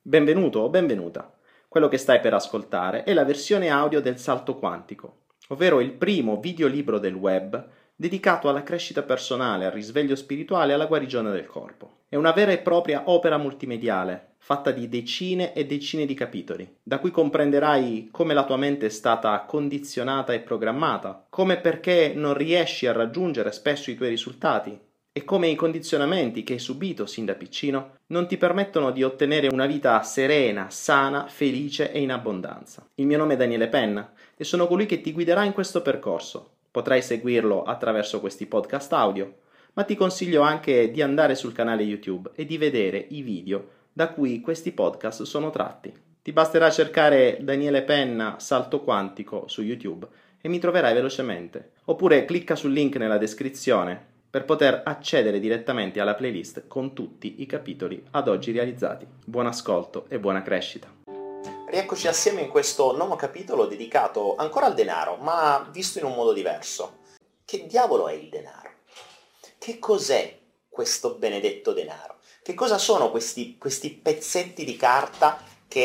Benvenuto o benvenuta. Quello che stai per ascoltare è la versione audio del Salto Quantico, ovvero il primo videolibro del web dedicato alla crescita personale, al risveglio spirituale e alla guarigione del corpo. È una vera e propria opera multimediale, fatta di decine e decine di capitoli, da cui comprenderai come la tua mente è stata condizionata e programmata, come e perché non riesci a raggiungere spesso i tuoi risultati, e come i condizionamenti che hai subito sin da piccino non ti permettono di ottenere una vita serena, sana, felice e in abbondanza. Il mio nome è Daniele Penna e sono colui che ti guiderà in questo percorso. Potrai seguirlo attraverso questi podcast audio, ma ti consiglio anche di andare sul canale YouTube e di vedere i video da cui questi podcast sono tratti. Ti basterà cercare Daniele Penna Salto Quantico su YouTube e mi troverai velocemente. Oppure clicca sul link nella descrizione per poter accedere direttamente alla playlist con tutti i capitoli ad oggi realizzati. Buon ascolto e buona crescita. Rieccoci assieme in questo nuovo capitolo dedicato ancora al denaro, ma visto in un modo diverso. Che diavolo è il denaro? Che cos'è questo benedetto denaro? Che cosa sono questi pezzetti di carta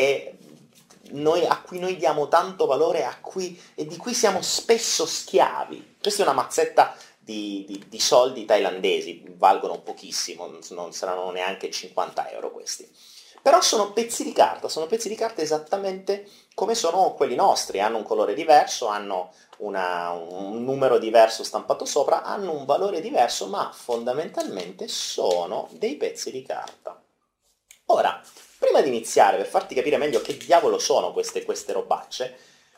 a cui noi diamo tanto valore e di cui siamo spesso schiavi? Questa è una mazzetta di soldi thailandesi, valgono pochissimo, non saranno neanche 50 euro questi. Però sono pezzi di carta esattamente come sono quelli nostri, hanno un colore diverso, hanno un numero diverso stampato sopra, hanno un valore diverso, ma fondamentalmente sono dei pezzi di carta. Ora, prima di iniziare, per farti capire meglio che diavolo sono queste robacce,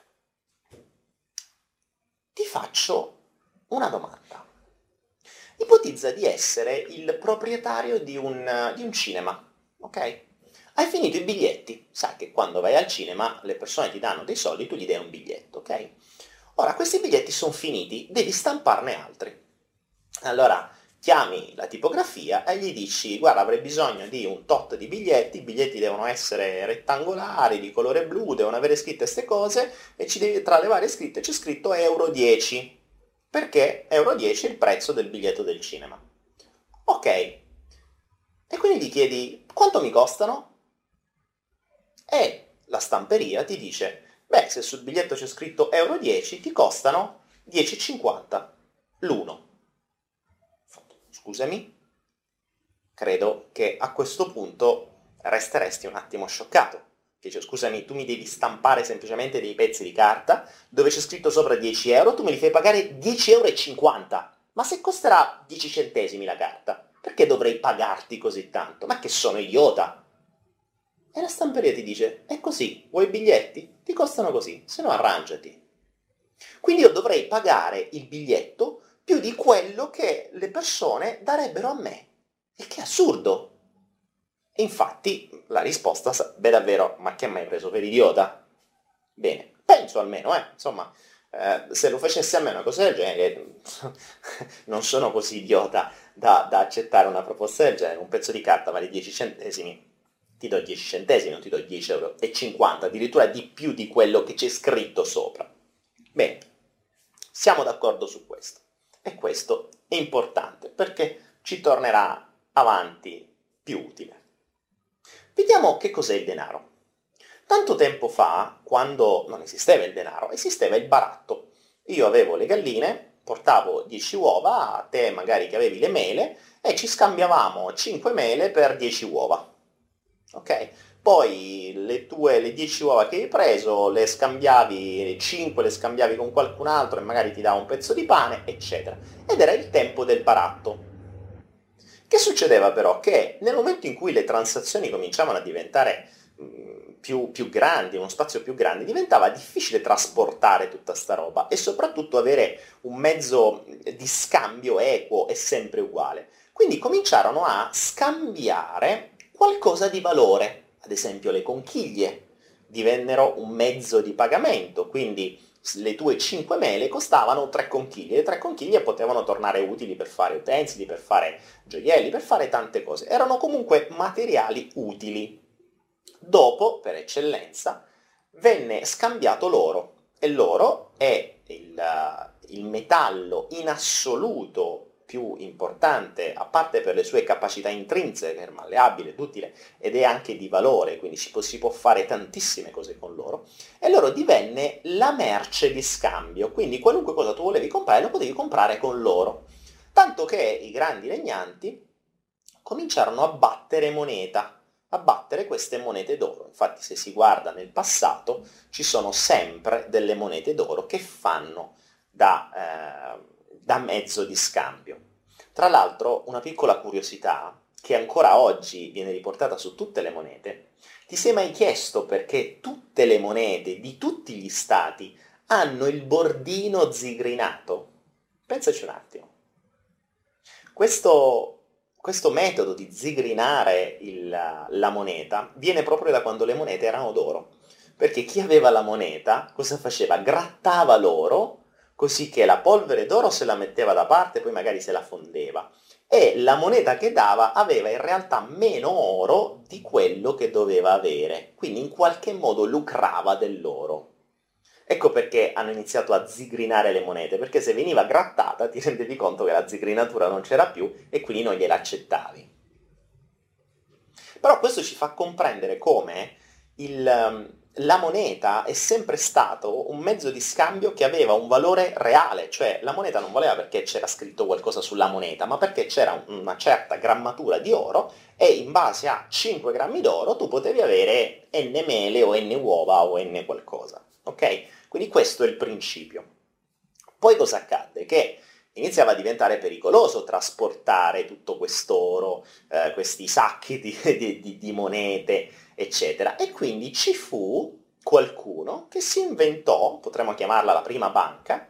ti faccio una domanda. Ipotizza di essere il proprietario di un cinema, ok? Hai finito i biglietti, sai che quando vai al cinema le persone ti danno dei soldi, tu gli dai un biglietto, ok? Ora, questi biglietti sono finiti, devi stamparne altri. Allora, chiami la tipografia e gli dici, guarda, avrei bisogno di un tot di biglietti, i biglietti devono essere rettangolari, di colore blu, devono avere scritte queste cose, e tra le varie scritte c'è scritto euro 10. Perché euro 10 è il prezzo del biglietto del cinema. Ok. E quindi gli chiedi, quanto mi costano? E la stamperia ti dice, beh, se sul biglietto c'è scritto euro 10, ti costano 10,50 l'uno. Scusami? Credo che a questo punto resteresti un attimo scioccato. Dice, scusami, tu mi devi stampare semplicemente dei pezzi di carta dove c'è scritto sopra 10 euro, tu me li fai pagare 10,50 euro. Ma se costerà 10 centesimi la carta, perché dovrei pagarti così tanto? Ma che sono idiota? E la stamperia ti dice, è così, vuoi i biglietti? Ti costano così, se no arrangiati. Quindi io dovrei pagare il biglietto più di quello che le persone darebbero a me. Il che è assurdo. E infatti la risposta sarebbe davvero, ma che mi hai preso per idiota? Bene, penso almeno, insomma, se lo facessi a me una cosa del genere, non sono così idiota da accettare una proposta del genere. Un pezzo di carta vale 10 centesimi, ti do 10 centesimi, non ti do 10,50 euro, addirittura di più di quello che c'è scritto sopra. Bene, siamo d'accordo su questo. E questo è importante, perché ci tornerà avanti più utile. Vediamo che cos'è il denaro. Tanto tempo fa, quando non esisteva il denaro, esisteva il baratto. Io avevo le galline, portavo 10 uova, a te magari che avevi le mele, e ci scambiavamo 5 mele per 10 uova. Ok? Poi le 10 uova che hai preso, le scambiavi, 5 le scambiavi con qualcun altro e magari ti dava un pezzo di pane, eccetera. Ed era il tempo del baratto. Che succedeva però? Che nel momento in cui le transazioni cominciavano a diventare più grandi, uno spazio più grande, diventava difficile trasportare tutta sta roba e soprattutto avere un mezzo di scambio equo e sempre uguale. Quindi cominciarono a scambiare qualcosa di valore, ad esempio le conchiglie divennero un mezzo di pagamento, quindi le tue 5 mele costavano 3 conchiglie, le 3 conchiglie potevano tornare utili per fare utensili, per fare gioielli, per fare tante cose, erano comunque materiali utili. Dopo, per eccellenza, venne scambiato l'oro, e l'oro è il metallo in assoluto più importante, a parte per le sue capacità intrinseche, è malleabile, duttile ed è anche di valore, quindi si può fare tantissime cose con l'oro, e l'oro divenne la merce di scambio, quindi qualunque cosa tu volevi comprare lo potevi comprare con l'oro. Tanto che i grandi regnanti cominciarono a battere moneta, a battere queste monete d'oro. Infatti se si guarda nel passato ci sono sempre delle monete d'oro che fanno da mezzo di scambio. Tra l'altro, una piccola curiosità che ancora oggi viene riportata su tutte le monete: ti sei mai chiesto perché tutte le monete di tutti gli stati hanno il bordino zigrinato? Pensaci un attimo. Questo metodo di zigrinare la moneta viene proprio da quando le monete erano d'oro, perché chi aveva la moneta cosa faceva? Grattava l'oro, così che la polvere d'oro se la metteva da parte, poi magari se la fondeva, e la moneta che dava aveva in realtà meno oro di quello che doveva avere, quindi in qualche modo lucrava dell'oro. Ecco perché hanno iniziato a zigrinare le monete, perché se veniva grattata ti rendevi conto che la zigrinatura non c'era più e quindi non gliela accettavi. Però questo ci fa comprendere come la moneta è sempre stato un mezzo di scambio che aveva un valore reale, cioè la moneta non valeva perché c'era scritto qualcosa sulla moneta, ma perché c'era una certa grammatura di oro e in base a 5 grammi d'oro tu potevi avere n mele o n uova o n qualcosa, ok? Quindi questo è il principio. Poi cosa accadde? Che iniziava a diventare pericoloso trasportare tutto quest'oro, questi sacchi di monete, eccetera. E quindi ci fu qualcuno che si inventò, potremmo chiamarla la prima banca,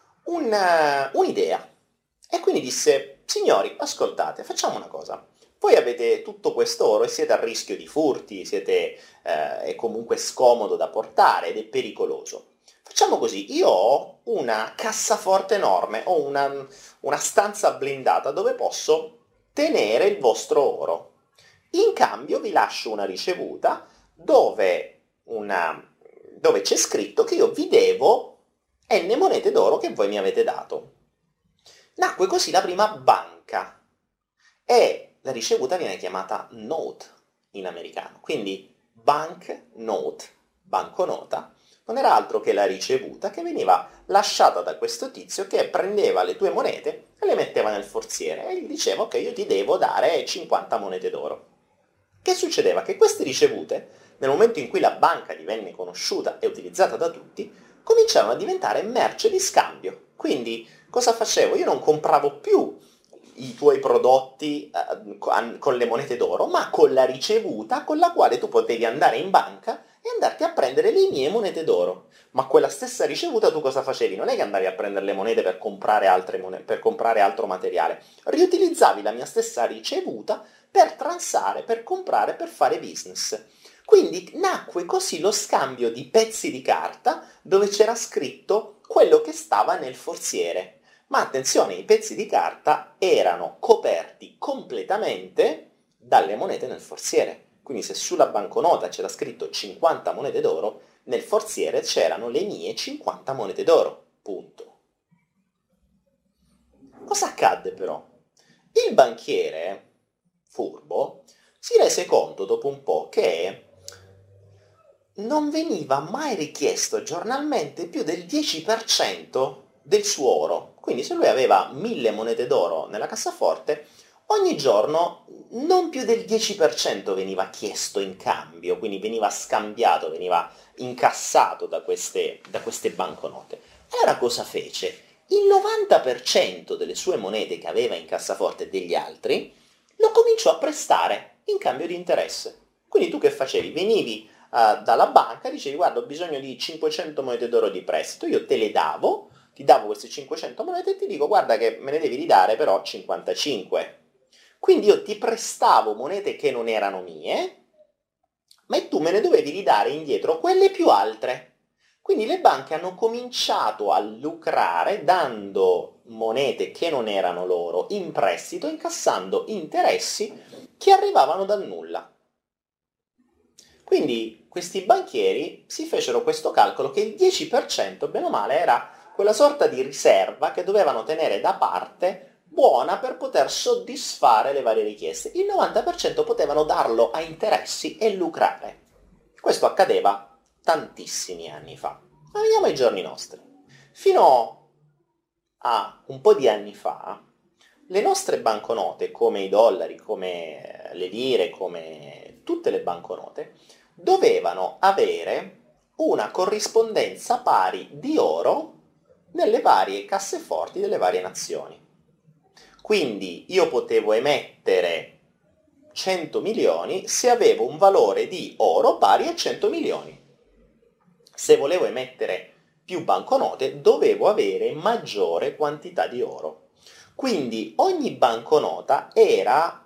un'idea. E quindi disse: signori, ascoltate, facciamo una cosa. Voi avete tutto questo oro e siete a rischio di furti, è comunque scomodo da portare ed è pericoloso. Facciamo così, io ho una cassaforte enorme, ho una stanza blindata dove posso tenere il vostro oro. In cambio vi lascio una ricevuta dove c'è scritto che io vi devo n monete d'oro che voi mi avete dato. Nacque così la prima banca e la ricevuta viene chiamata note in americano, quindi bank note, banconota, non era altro che la ricevuta che veniva lasciata da questo tizio che prendeva le tue monete e le metteva nel forziere e gli diceva: ok, io ti devo dare 50 monete d'oro. Che succedeva? Che queste ricevute, nel momento in cui la banca divenne conosciuta e utilizzata da tutti, cominciarono a diventare merce di scambio. Quindi cosa facevo? Io non compravo più i tuoi prodotti con le monete d'oro, ma con la ricevuta con la quale tu potevi andare in banca e andarti a prendere le mie monete d'oro. Ma quella stessa ricevuta tu cosa facevi? Non è che andavi a prendere le monete per comprare per comprare altro materiale, riutilizzavi la mia stessa ricevuta per transare, per comprare, per fare business. Quindi nacque così lo scambio di pezzi di carta dove c'era scritto quello che stava nel forziere. Ma attenzione, i pezzi di carta erano coperti completamente dalle monete nel forziere. Quindi se sulla banconota c'era scritto 50 monete d'oro, nel forziere c'erano le mie 50 monete d'oro. Punto. Cosa accadde però? Il banchiere, furbo, si rese conto dopo un po' che non veniva mai richiesto giornalmente più del 10% del suo oro. Quindi se lui aveva 1000 monete d'oro nella cassaforte, ogni giorno non più del 10% veniva chiesto in cambio, quindi veniva scambiato, veniva incassato da queste banconote. Allora cosa fece? Il 90% delle sue monete che aveva in cassaforte degli altri lo cominciò a prestare in cambio di interesse. Quindi tu che facevi? Venivi dalla banca, dicevi: guarda, ho bisogno di 500 monete d'oro di prestito, io te le davo, ti davo queste 500 monete e ti dico: guarda che me ne devi ridare però 55. Quindi io ti prestavo monete che non erano mie, ma tu me ne dovevi ridare indietro quelle più altre. Quindi le banche hanno cominciato a lucrare dando monete che non erano loro in prestito, incassando interessi che arrivavano dal nulla. Quindi questi banchieri si fecero questo calcolo che il 10%, bene o male, era quella sorta di riserva che dovevano tenere da parte buona per poter soddisfare le varie richieste. Il 90% potevano darlo a interessi e lucrare. Questo accadeva tantissimi anni fa. Ma veniamo ai giorni nostri. Fino a un po' di anni fa, le nostre banconote, come i dollari, come le lire, come tutte le banconote, dovevano avere una corrispondenza pari di oro nelle varie casseforti delle varie nazioni. Quindi io potevo emettere 100 milioni se avevo un valore di oro pari a 100 milioni. Se volevo emettere più banconote dovevo avere maggiore quantità di oro. Quindi ogni banconota era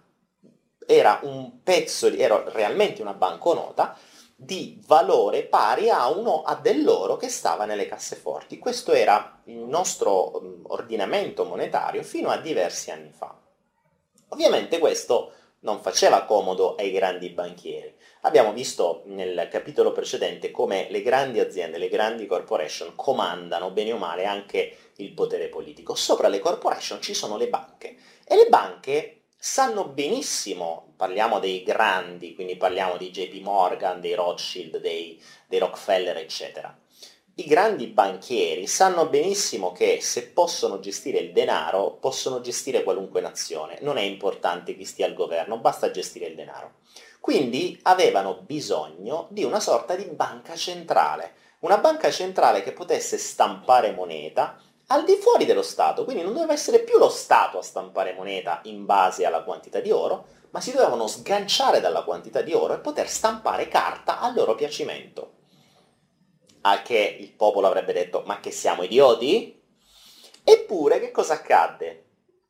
realmente una banconota di valore pari a dell'oro che stava nelle casseforti. Questo era il nostro ordinamento monetario fino a diversi anni fa. Ovviamente questo non faceva comodo ai grandi banchieri. Abbiamo visto nel capitolo precedente come le grandi aziende, le grandi corporation comandano bene o male anche il potere politico. Sopra le corporation ci sono le banche e le banche sanno benissimo, parliamo dei grandi, quindi parliamo di JP Morgan, dei Rothschild, dei Rockefeller, eccetera. I grandi banchieri sanno benissimo che se possono gestire il denaro, possono gestire qualunque nazione. Non è importante chi stia al governo, basta gestire il denaro. Quindi avevano bisogno di una sorta di banca centrale. Una banca centrale che potesse stampare moneta al di fuori dello Stato. Quindi non doveva essere più lo Stato a stampare moneta in base alla quantità di oro, ma si dovevano sganciare dalla quantità di oro e poter stampare carta a loro piacimento. A che il popolo avrebbe detto: ma che siamo idioti? Eppure che cosa accadde?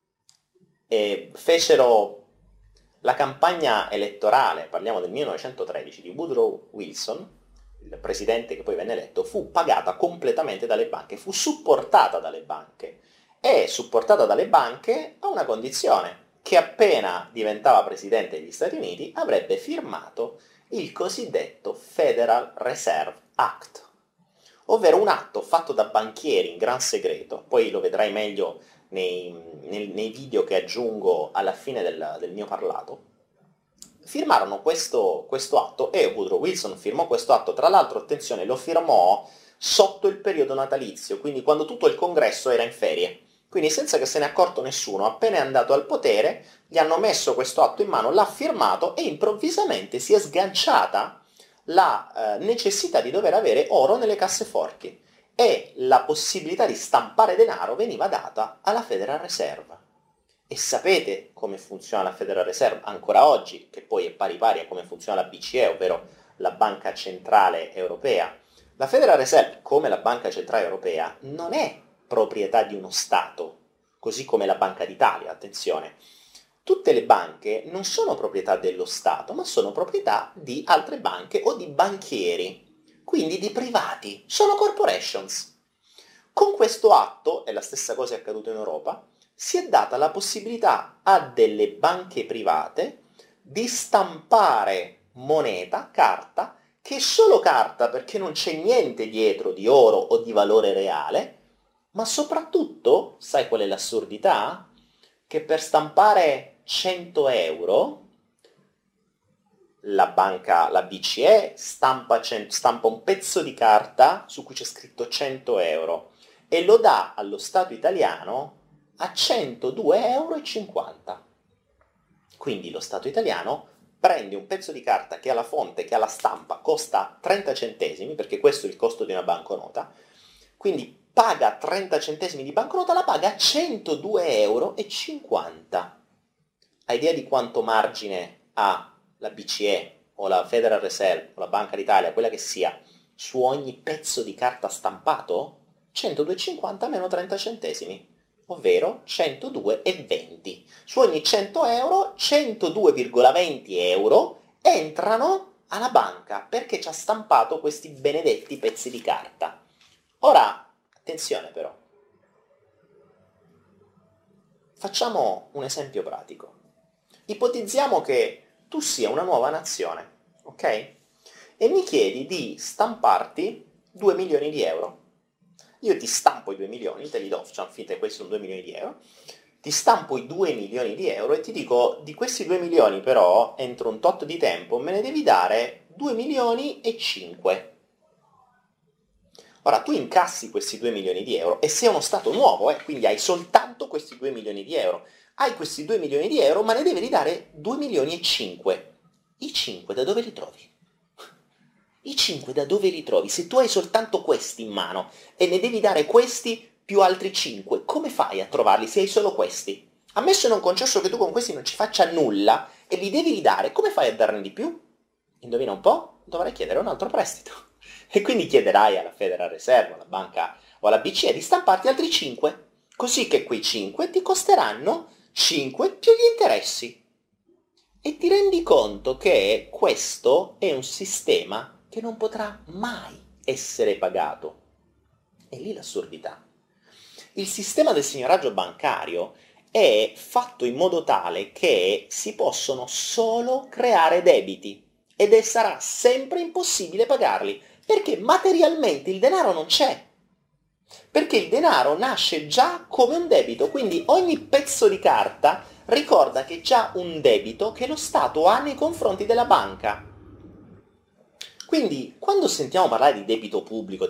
Fecero la campagna elettorale, parliamo del 1913, di Woodrow Wilson, il presidente che poi venne eletto, fu pagata completamente dalle banche, fu supportata dalle banche, e supportata dalle banche a una condizione, che appena diventava presidente degli Stati Uniti avrebbe firmato il cosiddetto Federal Reserve Act, ovvero un atto fatto da banchieri in gran segreto. Poi lo vedrai meglio nei video che aggiungo alla fine del mio parlato. Firmarono questo atto e Woodrow Wilson firmò questo atto. Tra l'altro, attenzione, lo firmò sotto il periodo natalizio, quindi quando tutto il congresso era in ferie. Quindi senza che se ne accorto nessuno, appena è andato al potere, gli hanno messo questo atto in mano, l'ha firmato e improvvisamente si è sganciata la necessità di dover avere oro nelle casseforti e la possibilità di stampare denaro veniva data alla Federal Reserve. E sapete come funziona la Federal Reserve ancora oggi, che poi è pari pari a come funziona la BCE, ovvero la Banca Centrale Europea. La Federal Reserve, come la Banca Centrale Europea, non è proprietà di uno Stato, così come la Banca d'Italia, attenzione. Tutte le banche non sono proprietà dello Stato, ma sono proprietà di altre banche o di banchieri, quindi di privati, sono corporations. Con questo atto, e la stessa cosa è accaduta in Europa, si è data la possibilità a delle banche private di stampare moneta, carta, che è solo carta perché non c'è niente dietro di oro o di valore reale, ma soprattutto, sai qual è l'assurdità? Che per stampare 100 euro la BCE stampa un pezzo di carta su cui c'è scritto 100 euro e lo dà allo Stato italiano a 102,50 euro. Quindi lo Stato italiano prende un pezzo di carta che ha la fonte, che ha la stampa, costa 30 centesimi, perché questo è il costo di una banconota, quindi paga 30 centesimi di banconota, la paga a 102,50 euro. Hai idea di quanto margine ha la BCE o la Federal Reserve o la Banca d'Italia, quella che sia, su ogni pezzo di carta stampato? 102,50 meno 30 centesimi, ovvero 102,20. Su ogni 100 euro, 102,20 euro entrano alla banca perché ci ha stampato questi benedetti pezzi di carta. Ora, attenzione però, facciamo un esempio pratico. Ipotizziamo che tu sia una nuova nazione, ok? E mi chiedi di stamparti 2 milioni di euro. Io ti stampo i 2 milioni, te li do, facciamo finta che questi sono 2 milioni di euro, ti stampo i 2 milioni di euro e ti dico, di questi 2 milioni però, entro un tot di tempo, me ne devi dare 2 milioni e 5. Ora, tu incassi questi 2 milioni di euro e sei uno stato nuovo, quindi hai soltanto questi 2 milioni di euro. Hai questi 2 milioni di euro, ma ne devi ridare 2 milioni e 5. I 5 da dove li trovi? I 5 da dove li trovi? Se tu hai soltanto questi in mano e ne devi dare questi più altri 5, come fai a trovarli se hai solo questi? Ammesso e non concesso che tu con questi non ci faccia nulla e li devi ridare, come fai a darne di più? Indovina un po'? Dovrai chiedere un altro prestito. E quindi chiederai alla Federal Reserve, alla banca o alla BCE di stamparti altri 5, così che quei 5 ti costeranno 5 più gli interessi. E ti rendi conto che questo è un sistema che non potrà mai essere pagato. È lì l'assurdità. Il sistema del signoraggio bancario è fatto in modo tale che si possono solo creare debiti ed sarà sempre impossibile pagarli, perché materialmente il denaro non c'è. Perché il denaro nasce già come un debito, quindi ogni pezzo di carta ricorda che è già un debito che lo Stato ha nei confronti della banca. Quindi, quando sentiamo parlare di debito pubblico,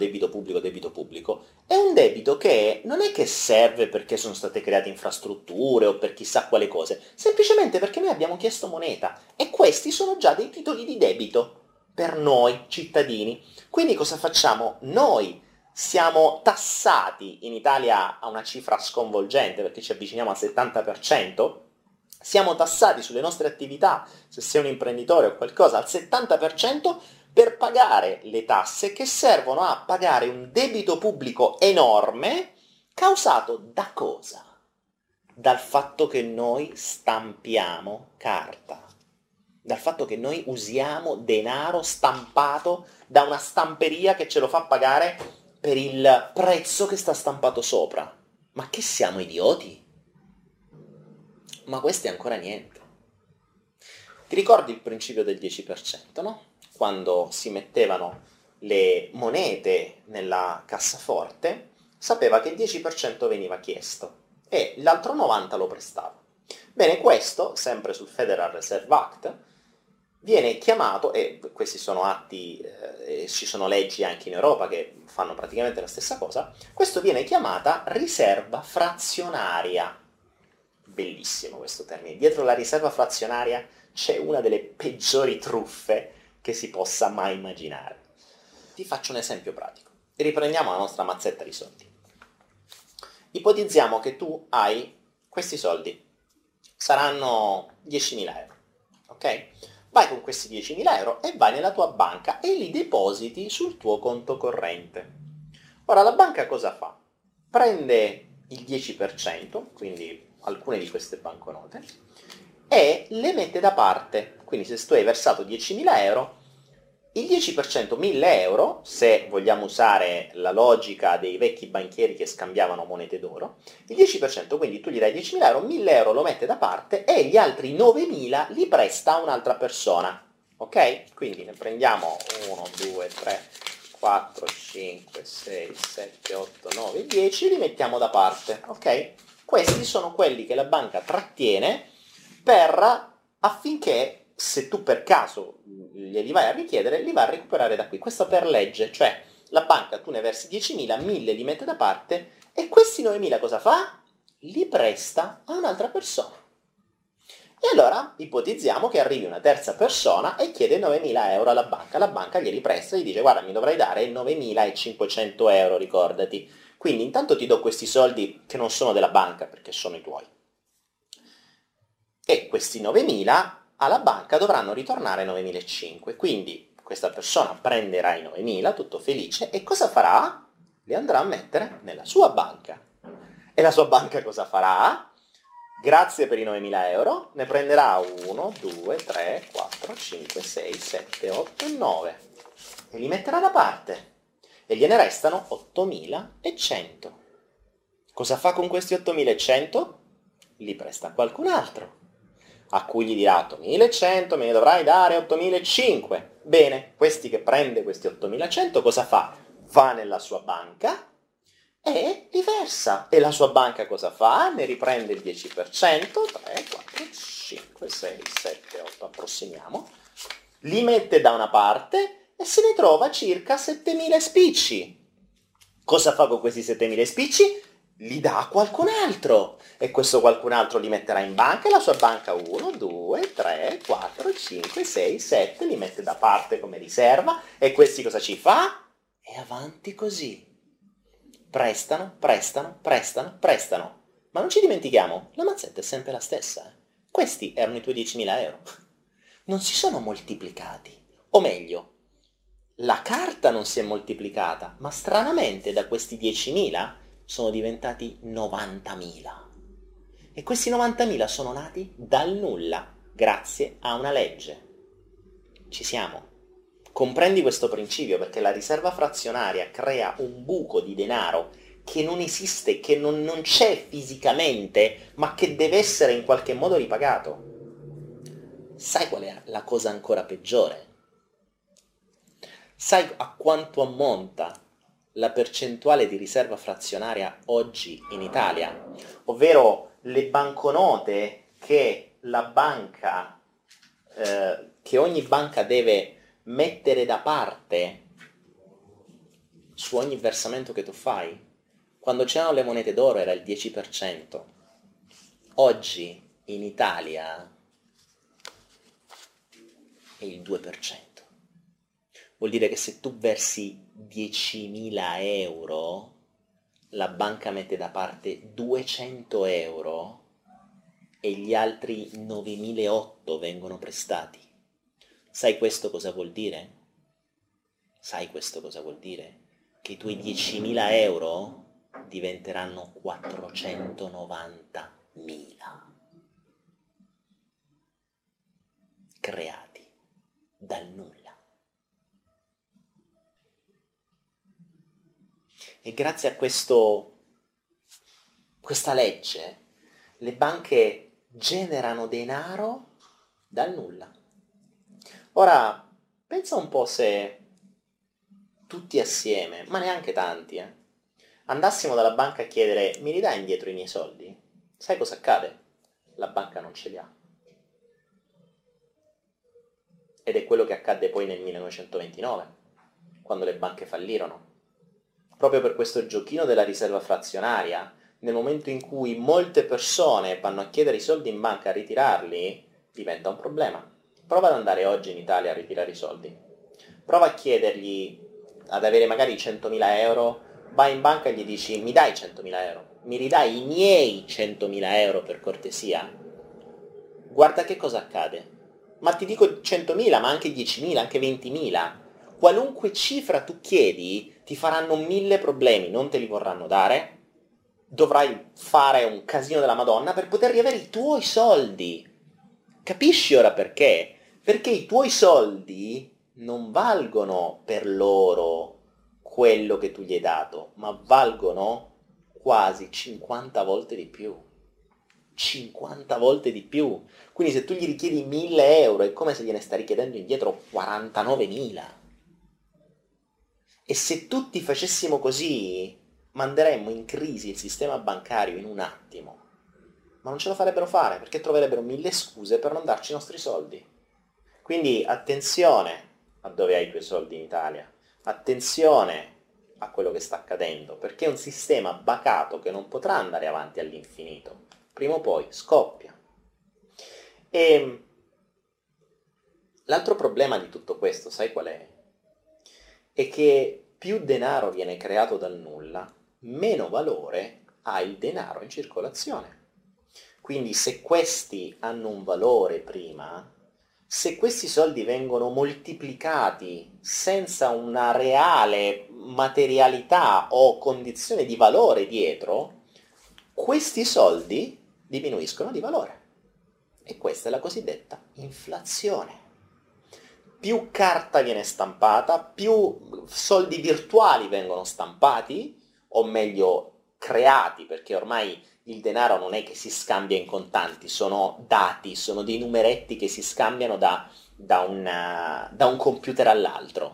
è un debito che non è che serve perché sono state create infrastrutture o per chissà quale cose, semplicemente perché noi abbiamo chiesto moneta e questi sono già dei titoli di debito per noi cittadini. Quindi cosa facciamo? Noi siamo tassati in Italia a una cifra sconvolgente perché ci avviciniamo al 70%, siamo tassati sulle nostre attività, se sei un imprenditore o qualcosa, al 70%, per pagare le tasse che servono a pagare un debito pubblico enorme causato da cosa? Dal fatto che noi stampiamo carta, dal fatto che noi usiamo denaro stampato da una stamperia che ce lo fa pagare per il prezzo che sta stampato sopra. Ma che siamo idioti? Ma questo è ancora niente. Ti ricordi il principio del 10%, no? Quando si mettevano le monete nella cassaforte, sapeva che il 10% veniva chiesto e l'altro 90% lo prestava. Bene, questo, sempre sul Federal Reserve Act, viene chiamato, e questi sono atti, ci sono leggi anche in Europa che fanno praticamente la stessa cosa, questo viene chiamata riserva frazionaria. Bellissimo questo termine. Dietro la riserva frazionaria c'è una delle peggiori truffe che si possa mai immaginare. Ti faccio un esempio pratico. Riprendiamo la nostra mazzetta di soldi. Ipotizziamo che tu hai questi soldi. Saranno 10.000 euro. Ok? Vai con questi 10.000 euro e vai nella tua banca e li depositi sul tuo conto corrente. Ora la banca cosa fa? Prende il 10%, quindi alcune di queste banconote, e le mette da parte. Quindi se tu hai versato 10.000 euro, il 10%, 1.000 euro, se vogliamo usare la logica dei vecchi banchieri che scambiavano monete d'oro, il 10%, quindi tu gli dai 10.000 euro, 1.000 euro lo mette da parte e gli altri 9.000 li presta a un'altra persona. Ok? Quindi ne prendiamo 1, 2, 3, 4, 5, 6, 7, 8, 9, 10 e li mettiamo da parte. Ok? Questi sono quelli che la banca trattiene affinché, se tu per caso glieli vai a richiedere, li va a recuperare da qui. Questo per legge, cioè la banca, tu ne versi 10.000, 1.000 li mette da parte e questi 9.000 cosa fa? Li presta a un'altra persona. E allora ipotizziamo che arrivi una terza persona e chiede 9.000 euro alla banca. La banca glieli presta e gli dice: guarda, mi dovrai dare 9.500 euro, ricordati. Quindi intanto ti do questi soldi che non sono della banca perché sono i tuoi. E questi 9.000 alla banca dovranno ritornare 9.500. Quindi questa persona prenderà i 9.000, tutto felice, e cosa farà? Li andrà a mettere nella sua banca. E la sua banca cosa farà? Grazie per i 9.000 euro, ne prenderà 1, 2, 3, 4, 5, 6, 7, 8 e 9. E li metterà da parte. E gliene restano 8.100. Cosa fa con questi 8.100? Li presta a qualcun altro, a cui gli dirà 8.100, me ne dovrai dare 8.500. Bene, questi che prende questi 8.100 cosa fa? Va nella sua banca e li versa. E la sua banca cosa fa? Ne riprende il 10%, 3, 4, 5, 6, 7, 8, approssimiamo, li mette da una parte e se ne trova circa 7.000 spicci. Cosa fa con questi 7.000 spicci? Li dà a qualcun altro e questo qualcun altro li metterà in banca e la sua banca 1, 2, 3, 4, 5, 6, 7 li mette da parte come riserva e questi cosa ci fa? E avanti così. Prestano, prestano, prestano, prestano. Ma non ci dimentichiamo, la mazzetta è sempre la stessa. Questi erano i tuoi 10.000 euro. Non si sono moltiplicati. O meglio, la carta non si è moltiplicata, ma stranamente da questi 10.000 sono diventati 90.000. E questi 90.000 sono nati dal nulla, grazie a una legge. Ci siamo. Comprendi questo principio perché la riserva frazionaria crea un buco di denaro che non esiste, che non c'è fisicamente, ma che deve essere in qualche modo ripagato. Sai qual è la cosa ancora peggiore? Sai a quanto ammonta la percentuale di riserva frazionaria oggi in Italia? Ovvero le banconote che la banca, che ogni banca deve mettere da parte su ogni versamento che tu fai. Quando c'erano le monete d'oro era il 10%. Oggi in Italia è il 2%. Vuol dire che se tu versi 10.000 euro, la banca mette da parte 200 euro e gli altri 9.008 vengono prestati. Sai questo cosa vuol dire? Sai questo cosa vuol dire? Che i tuoi 10.000 euro diventeranno 490.000. Creati dal nulla. E grazie a questa legge, le banche generano denaro dal nulla. Ora, pensa un po' se tutti assieme, ma neanche tanti, andassimo dalla banca a chiedere mi ridai indietro i miei soldi? Sai cosa accade? La banca non ce li ha. Ed è quello che accadde poi nel 1929, quando le banche fallirono. Proprio per questo giochino della riserva frazionaria, nel momento in cui molte persone vanno a chiedere i soldi in banca a ritirarli, diventa un problema. Prova ad andare oggi in Italia a ritirare i soldi. Prova a chiedergli, ad avere magari 100.000 euro, vai in banca e gli dici mi dai 100.000 euro, mi ridai i miei 100.000 euro per cortesia? Guarda che cosa accade. Ma ti dico 100.000, ma anche 10.000, anche 20.000. Qualunque cifra tu chiedi, ti faranno 1000 problemi, non te li vorranno dare, dovrai fare un casino della Madonna per poter riavere i tuoi soldi. Capisci ora perché? Perché i tuoi soldi non valgono per loro quello che tu gli hai dato, ma valgono quasi 50 volte di più. 50 volte di più. Quindi se tu gli richiedi 1.000 euro è come se gliene stai richiedendo indietro 49.000. E se tutti facessimo così, manderemmo in crisi il sistema bancario in un attimo. Ma non ce lo farebbero fare, perché troverebbero 1000 scuse per non darci i nostri soldi. Quindi attenzione a dove hai i tuoi soldi in Italia. Attenzione a quello che sta accadendo, perché è un sistema bacato che non potrà andare avanti all'infinito. Prima o poi scoppia. E l'altro problema di tutto questo, sai qual è? È che più denaro viene creato dal nulla, meno valore ha il denaro in circolazione. Quindi se questi hanno un valore prima, se questi soldi vengono moltiplicati senza una reale materialità o condizione di valore dietro, questi soldi diminuiscono di valore. E questa è la cosiddetta inflazione. Più carta viene stampata, più soldi virtuali vengono stampati, o meglio creati, perché ormai il denaro non è che si scambia in contanti, sono dati, sono dei numeretti che si scambiano da un computer all'altro.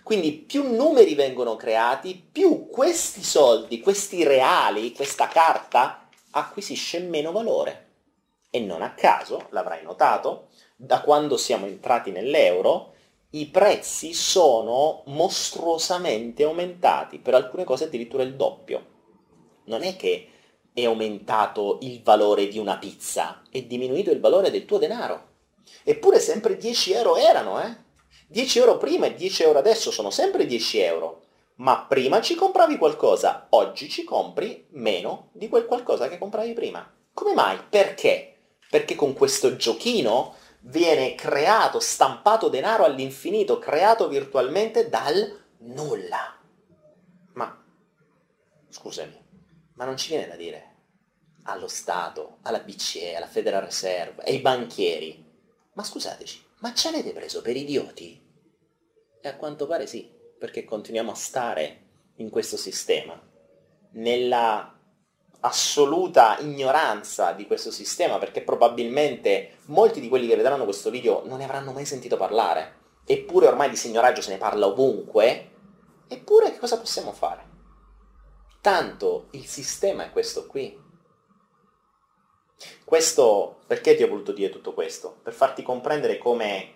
Quindi più numeri vengono creati, più questi soldi, questi reali, questa carta, acquisisce meno valore. E non a caso, l'avrai notato, da quando siamo entrati nell'euro, i prezzi sono mostruosamente aumentati, per alcune cose addirittura il doppio. Non è che è aumentato il valore di una pizza, è diminuito il valore del tuo denaro. Eppure sempre 10 euro erano, 10 euro prima e 10 euro adesso sono sempre 10 euro. Ma prima ci compravi qualcosa, oggi ci compri meno di quel qualcosa che compravi prima. Come mai? Perché? Perché con questo giochino viene creato, stampato denaro all'infinito, creato virtualmente dal nulla. Ma, scusami, ma non ci viene da dire allo Stato, alla BCE, alla Federal Reserve, ai banchieri: ma scusateci, ma ci avete preso per idioti? E a quanto pare sì, perché continuiamo a stare in questo sistema, nella assoluta ignoranza di questo sistema, perché probabilmente molti di quelli che vedranno questo video non ne avranno mai sentito parlare, eppure ormai di signoraggio se ne parla ovunque. Eppure che cosa possiamo fare? Tanto il sistema è questo qui. Questo, perché ti ho voluto dire tutto questo? Per farti comprendere come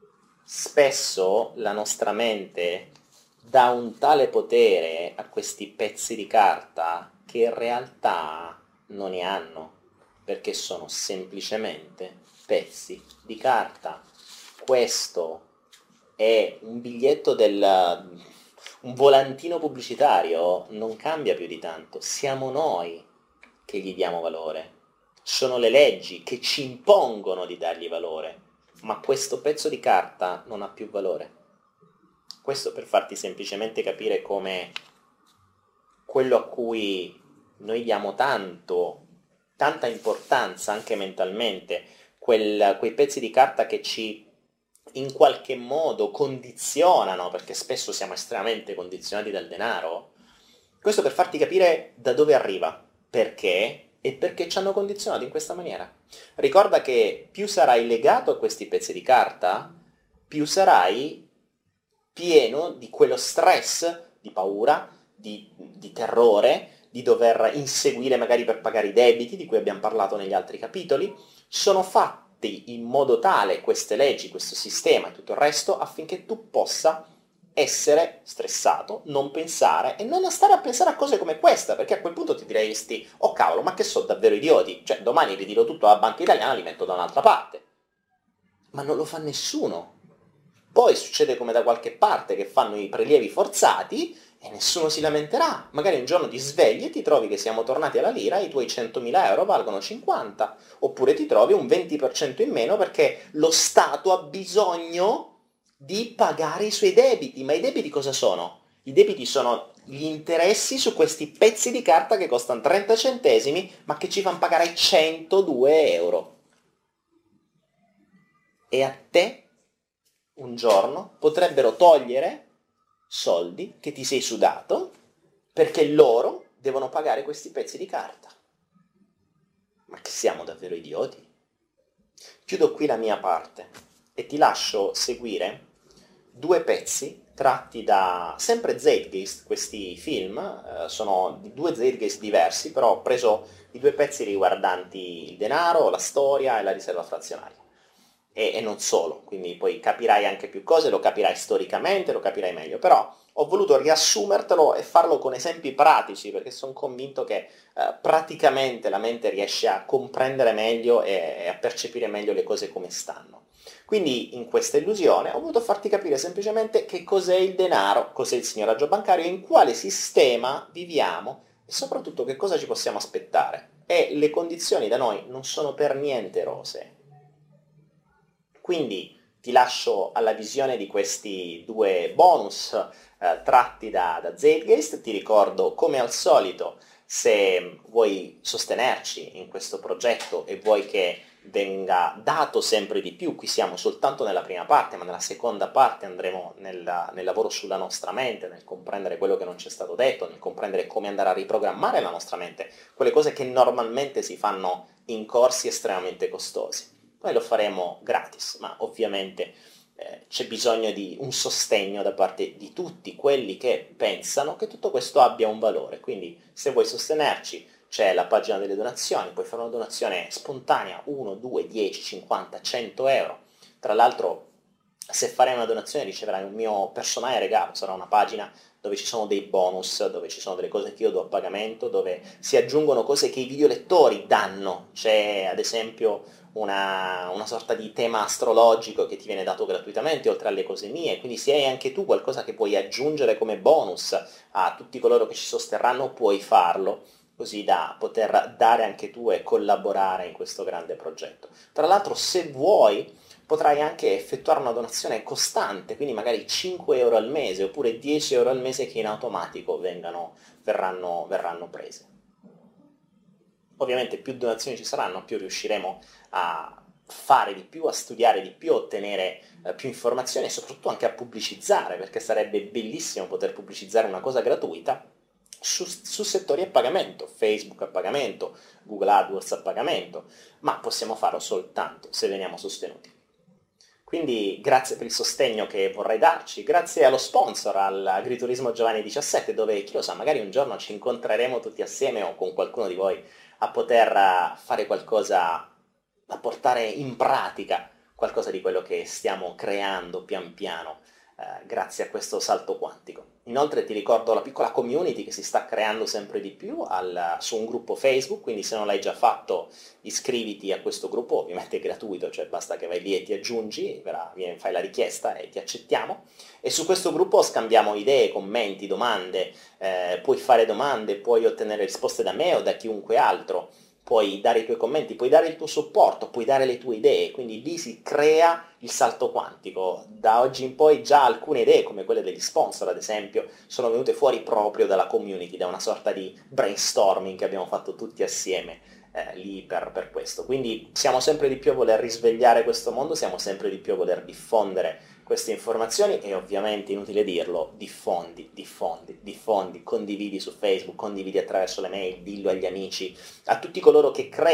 spesso la nostra mente dà un tale potere a questi pezzi di carta che in realtà non ne hanno, perché sono semplicemente pezzi di carta. Questo è un biglietto un volantino pubblicitario, non cambia più di tanto, siamo noi che gli diamo valore. Sono le leggi che ci impongono di dargli valore, ma questo pezzo di carta non ha più valore. Questo per farti semplicemente capire come quello a cui noi diamo tanta importanza anche mentalmente, quei pezzi di carta che ci in qualche modo condizionano, perché spesso siamo estremamente condizionati dal denaro. Questo per farti capire da dove arriva, perché e perché ci hanno condizionato in questa maniera. Ricorda che più sarai legato a questi pezzi di carta, più sarai pieno di quello stress, di paura, di terrore, di dover inseguire magari per pagare i debiti, di cui abbiamo parlato negli altri capitoli. Sono fatti in modo tale queste leggi, questo sistema e tutto il resto, affinché tu possa essere stressato, non pensare e non stare a pensare a cose come questa, perché a quel punto ti diresti: oh cavolo, ma che sono davvero idioti, cioè domani ritiro tutto alla banca italiana e li metto da un'altra parte. Ma non lo fa nessuno. Poi succede come da qualche parte, che fanno i prelievi forzati e nessuno si lamenterà. Magari un giorno ti svegli e ti trovi che siamo tornati alla lira e i tuoi 100.000 euro valgono 50, oppure ti trovi un 20% in meno perché lo Stato ha bisogno di pagare i suoi debiti. Ma i debiti cosa sono? I debiti sono gli interessi su questi pezzi di carta che costano 30 centesimi ma che ci fanno pagare 102 euro. E a te un giorno potrebbero togliere soldi che ti sei sudato perché loro devono pagare questi pezzi di carta. Ma che siamo davvero idioti? Chiudo qui la mia parte e ti lascio seguire due pezzi tratti da sempre Zeitgeist. Questi film sono di due Zeitgeist diversi, però ho preso i due pezzi riguardanti il denaro, la storia e la riserva frazionaria. E non solo, quindi poi capirai anche più cose, lo capirai storicamente, lo capirai meglio, però ho voluto riassumertelo e farlo con esempi pratici, perché sono convinto che praticamente la mente riesce a comprendere meglio e a percepire meglio le cose come stanno. Quindi in questa illusione ho voluto farti capire semplicemente che cos'è il denaro, cos'è il signoraggio bancario, in quale sistema viviamo e soprattutto che cosa ci possiamo aspettare. E le condizioni da noi non sono per niente rosee. Quindi ti lascio alla visione di questi due bonus tratti da Zeitgeist. Ti ricordo, come al solito, se vuoi sostenerci in questo progetto e vuoi che venga dato sempre di più, qui siamo soltanto nella prima parte, ma nella seconda parte andremo nel lavoro sulla nostra mente, nel comprendere quello che non ci è stato detto, nel comprendere come andare a riprogrammare la nostra mente, quelle cose che normalmente si fanno in corsi estremamente costosi. Noi lo faremo gratis, ma ovviamente c'è bisogno di un sostegno da parte di tutti quelli che pensano che tutto questo abbia un valore. Quindi se vuoi sostenerci c'è la pagina delle donazioni, puoi fare una donazione spontanea, 1, 2, 10, 50, 100 euro. Tra l'altro, se farai una donazione riceverai un mio personale regalo, sarà una pagina dove ci sono dei bonus, dove ci sono delle cose che io do a pagamento, dove si aggiungono cose che i videolettori danno. C'è ad esempio una sorta di tema astrologico che ti viene dato gratuitamente oltre alle cose mie, quindi se hai anche tu qualcosa che puoi aggiungere come bonus a tutti coloro che ci sosterranno, puoi farlo, così da poter dare anche tu e collaborare in questo grande progetto. Tra l'altro, se vuoi, potrai anche effettuare una donazione costante, quindi magari 5 euro al mese oppure 10 euro al mese che in automatico verranno prese. Ovviamente più donazioni ci saranno, più riusciremo a fare di più, a studiare di più, a ottenere più informazioni e soprattutto anche a pubblicizzare, perché sarebbe bellissimo poter pubblicizzare una cosa gratuita su settori a pagamento, Facebook a pagamento, Google AdWords a pagamento, ma possiamo farlo soltanto se veniamo sostenuti. Quindi grazie per il sostegno che vorrai darci, grazie allo sponsor, all'Agriturismo Giovanni 17, dove chi lo sa, magari un giorno ci incontreremo tutti assieme o con qualcuno di voi a poter fare qualcosa, a portare in pratica qualcosa di quello che stiamo creando pian piano grazie a questo salto quantico. Inoltre ti ricordo la piccola community che si sta creando sempre di più su un gruppo Facebook, quindi se non l'hai già fatto iscriviti a questo gruppo, ovviamente è gratuito, cioè basta che vai lì e ti aggiungi, fai la richiesta e ti accettiamo, e su questo gruppo scambiamo idee, commenti, domande, puoi fare domande, puoi ottenere risposte da me o da chiunque altro, puoi dare i tuoi commenti, puoi dare il tuo supporto, puoi dare le tue idee, quindi lì si crea il salto quantico. Da oggi in poi già alcune idee, come quelle degli sponsor ad esempio, sono venute fuori proprio dalla community, da una sorta di brainstorming che abbiamo fatto tutti assieme lì per questo. Quindi siamo sempre di più a voler risvegliare questo mondo, siamo sempre di più a voler diffondere queste informazioni e ovviamente, inutile dirlo, diffondi, condividi su Facebook, condividi attraverso le mail, dillo agli amici, a tutti coloro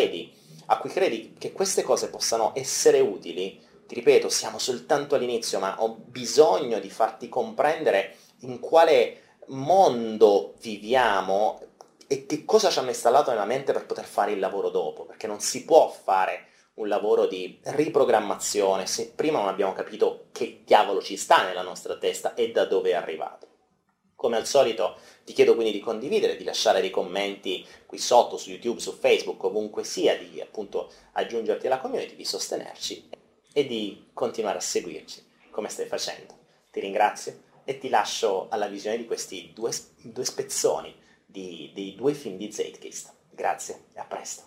a cui credi che queste cose possano essere utili. Ti ripeto, siamo soltanto all'inizio, ma ho bisogno di farti comprendere in quale mondo viviamo e che cosa ci hanno installato nella mente per poter fare il lavoro dopo, perché non si può fare un lavoro di riprogrammazione se prima non abbiamo capito che diavolo ci sta nella nostra testa e da dove è arrivato. Come al solito ti chiedo quindi di condividere, di lasciare dei commenti qui sotto, su YouTube, su Facebook, ovunque sia, di appunto aggiungerti alla community, di sostenerci e di continuare a seguirci come stai facendo. Ti ringrazio e ti lascio alla visione di questi due spezzoni dei 2 film di Zeitgeist. Grazie e a presto.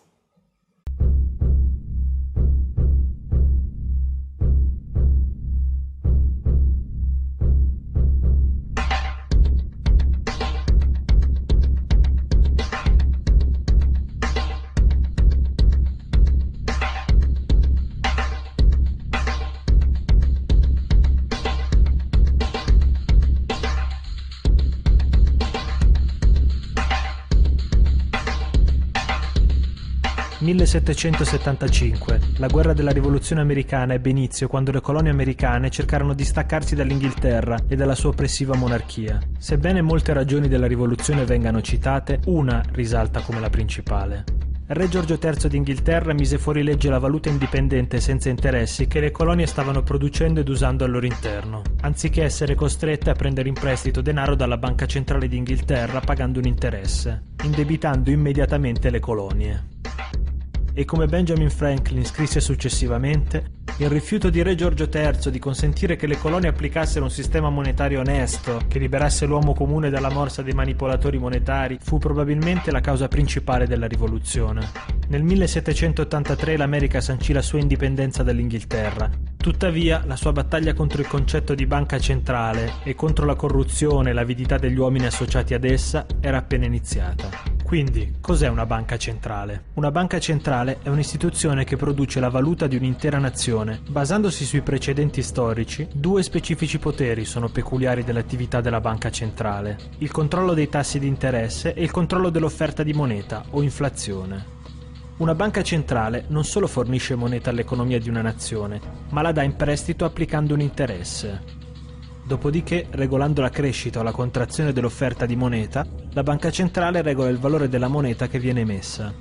«1775. La guerra della rivoluzione americana ebbe inizio quando le colonie americane cercarono di staccarsi dall'Inghilterra e dalla sua oppressiva monarchia. Sebbene molte ragioni della rivoluzione vengano citate, una risalta come la principale. Re Giorgio III d'Inghilterra mise fuori legge la valuta indipendente e senza interessi che le colonie stavano producendo ed usando al loro interno, anziché essere costrette a prendere in prestito denaro dalla Banca Centrale d'Inghilterra pagando un interesse, indebitando immediatamente le colonie. E come Benjamin Franklin scrisse successivamente, il rifiuto di Re Giorgio III di consentire che le colonie applicassero un sistema monetario onesto che liberasse l'uomo comune dalla morsa dei manipolatori monetari fu probabilmente la causa principale della rivoluzione. Nel 1783 l'America sancì la sua indipendenza dall'Inghilterra. Tuttavia, la sua battaglia contro il concetto di banca centrale e contro la corruzione e l'avidità degli uomini associati ad essa era appena iniziata. Quindi, cos'è una banca centrale? Una banca centrale è un'istituzione che produce la valuta di un'intera nazione. Basandosi sui precedenti storici, 2 specifici poteri sono peculiari dell'attività della banca centrale: il controllo dei tassi di interesse e il controllo dell'offerta di moneta o inflazione. Una banca centrale non solo fornisce moneta all'economia di una nazione, ma la dà in prestito applicando un interesse. Dopodiché, regolando la crescita o la contrazione dell'offerta di moneta, la banca centrale regola il valore della moneta che viene emessa.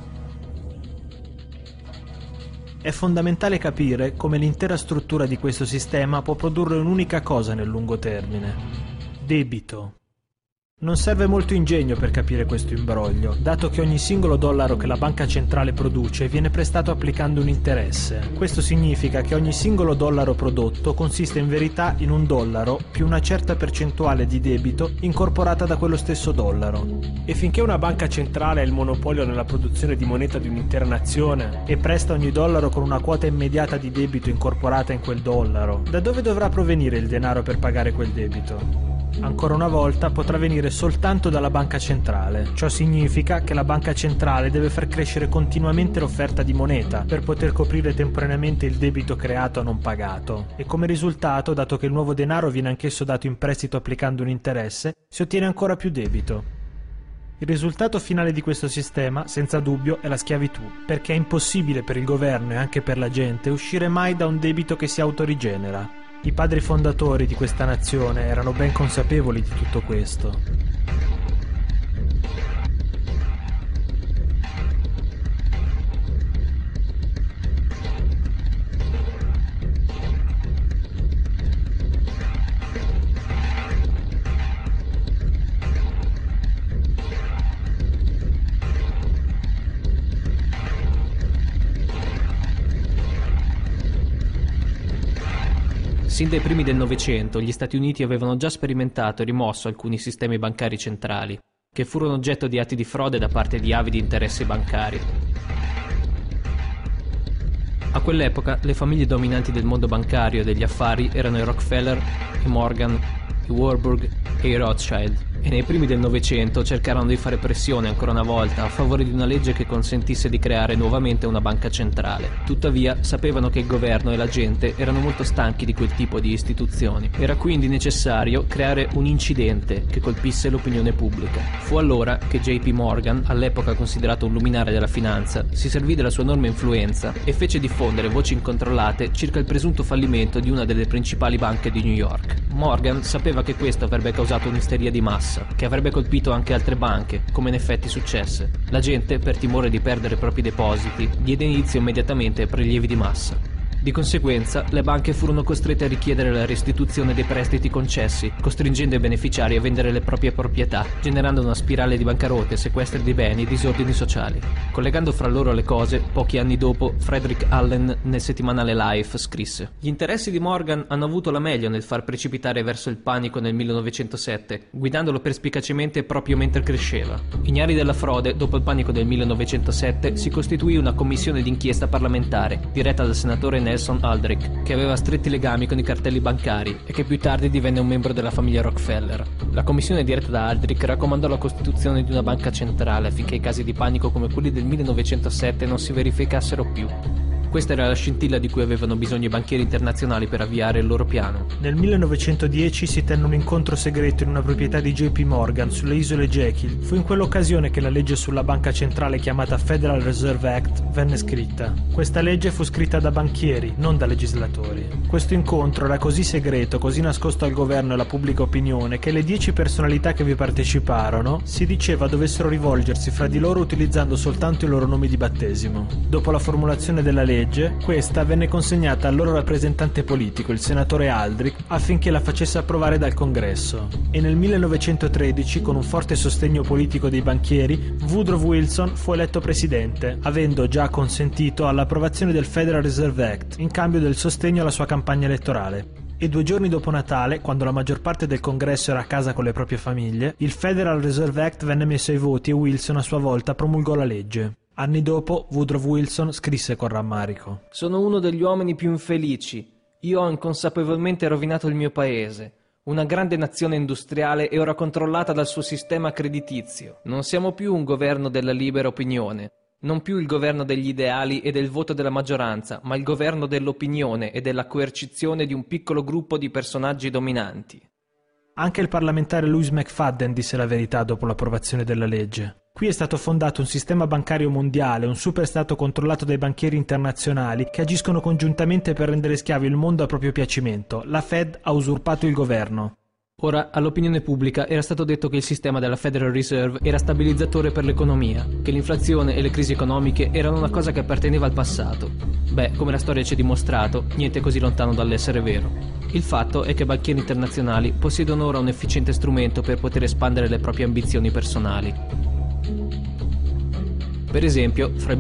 È fondamentale capire come l'intera struttura di questo sistema può produrre un'unica cosa nel lungo termine: debito. Non serve molto ingegno per capire questo imbroglio, dato che ogni singolo dollaro che la banca centrale produce viene prestato applicando un interesse. Questo significa che ogni singolo dollaro prodotto consiste in verità in un dollaro più una certa percentuale di debito incorporata da quello stesso dollaro. E finché una banca centrale ha il monopolio nella produzione di moneta di un'intera nazione e presta ogni dollaro con una quota immediata di debito incorporata in quel dollaro, da dove dovrà provenire il denaro per pagare quel debito? Ancora una volta potrà venire soltanto dalla banca centrale. Ciò significa che la banca centrale deve far crescere continuamente l'offerta di moneta per poter coprire temporaneamente il debito creato o non pagato. E come risultato, dato che il nuovo denaro viene anch'esso dato in prestito applicando un interesse, si ottiene ancora più debito. Il risultato finale di questo sistema, senza dubbio, è la schiavitù, perché è impossibile per il governo e anche per la gente uscire mai da un debito che si autorigenera. I padri fondatori di questa nazione erano ben consapevoli di tutto questo. Sin dai primi del Novecento gli Stati Uniti avevano già sperimentato e rimosso alcuni sistemi bancari centrali, che furono oggetto di atti di frode da parte di avidi interessi bancari. A quell'epoca le famiglie dominanti del mondo bancario e degli affari erano i Rockefeller, i Morgan, i Warburg e i Rothschild, e nei primi del Novecento cercarono di fare pressione ancora una volta a favore di una legge che consentisse di creare nuovamente una banca centrale. Tuttavia sapevano che il governo e la gente erano molto stanchi di quel tipo di istituzioni. Era quindi necessario creare un incidente che colpisse l'opinione pubblica. Fu allora che JP Morgan, all'epoca considerato un luminare della finanza, si servì della sua enorme influenza e fece diffondere voci incontrollate circa il presunto fallimento di una delle principali banche di New York. Morgan sapeva che questo avrebbe causato un'isteria di massa, che avrebbe colpito anche altre banche, come in effetti successe. La gente, per timore di perdere i propri depositi, diede inizio immediatamente a prelievi di massa. Di conseguenza, le banche furono costrette a richiedere la restituzione dei prestiti concessi, costringendo i beneficiari a vendere le proprie proprietà, generando una spirale di bancarotte, sequestri di beni e disordini sociali. Collegando fra loro le cose, pochi anni dopo, Frederick Allen nel settimanale Life scrisse: «Gli interessi di Morgan hanno avuto la meglio nel far precipitare verso il panico nel 1907, guidandolo perspicacemente proprio mentre cresceva. Ignari della frode, dopo il panico del 1907 si costituì una commissione d'inchiesta parlamentare, diretta dal senatore Nelson Aldrich, che aveva stretti legami con i cartelli bancari e che più tardi divenne un membro della famiglia Rockefeller. La commissione diretta da Aldrich raccomandò la costituzione di una banca centrale affinché i casi di panico come quelli del 1907 non si verificassero più. Questa era la scintilla di cui avevano bisogno i banchieri internazionali per avviare il loro piano». Nel 1910 si tenne un incontro segreto in una proprietà di JP Morgan sulle isole Jekyll. Fu in quell'occasione che la legge sulla banca centrale chiamata Federal Reserve Act venne scritta. Questa legge fu scritta da banchieri, non da legislatori. Questo incontro era così segreto, così nascosto al governo e alla pubblica opinione, che le 10 personalità che vi parteciparono si diceva dovessero rivolgersi fra di loro utilizzando soltanto i loro nomi di battesimo. Dopo la formulazione della legge, questa venne consegnata al loro rappresentante politico, il senatore Aldrich, affinché la facesse approvare dal Congresso. E nel 1913, con un forte sostegno politico dei banchieri, Woodrow Wilson fu eletto presidente, avendo già consentito all'approvazione del Federal Reserve Act, in cambio del sostegno alla sua campagna elettorale. E 2 giorni dopo Natale, quando la maggior parte del Congresso era a casa con le proprie famiglie, il Federal Reserve Act venne messo ai voti e Wilson a sua volta promulgò la legge. Anni dopo, Woodrow Wilson scrisse con rammarico: «Sono uno degli uomini più infelici. Io ho inconsapevolmente rovinato il mio paese. Una grande nazione industriale è ora controllata dal suo sistema creditizio. Non siamo più un governo della libera opinione, non più il governo degli ideali e del voto della maggioranza, ma il governo dell'opinione e della coercizione di un piccolo gruppo di personaggi dominanti». Anche il parlamentare Louis McFadden disse la verità dopo l'approvazione della legge. Qui è stato fondato un sistema bancario mondiale, un superstato controllato dai banchieri internazionali che agiscono congiuntamente per rendere schiavi il mondo a proprio piacimento. La Fed ha usurpato il governo. Ora, all'opinione pubblica era stato detto che il sistema della Federal Reserve era stabilizzatore per l'economia, che l'inflazione e le crisi economiche erano una cosa che apparteneva al passato. Beh, come la storia ci ha dimostrato, niente così lontano dall'essere vero. Il fatto è che banchieri internazionali possiedono ora un efficiente strumento per poter espandere le proprie ambizioni personali. Per esempio, fra il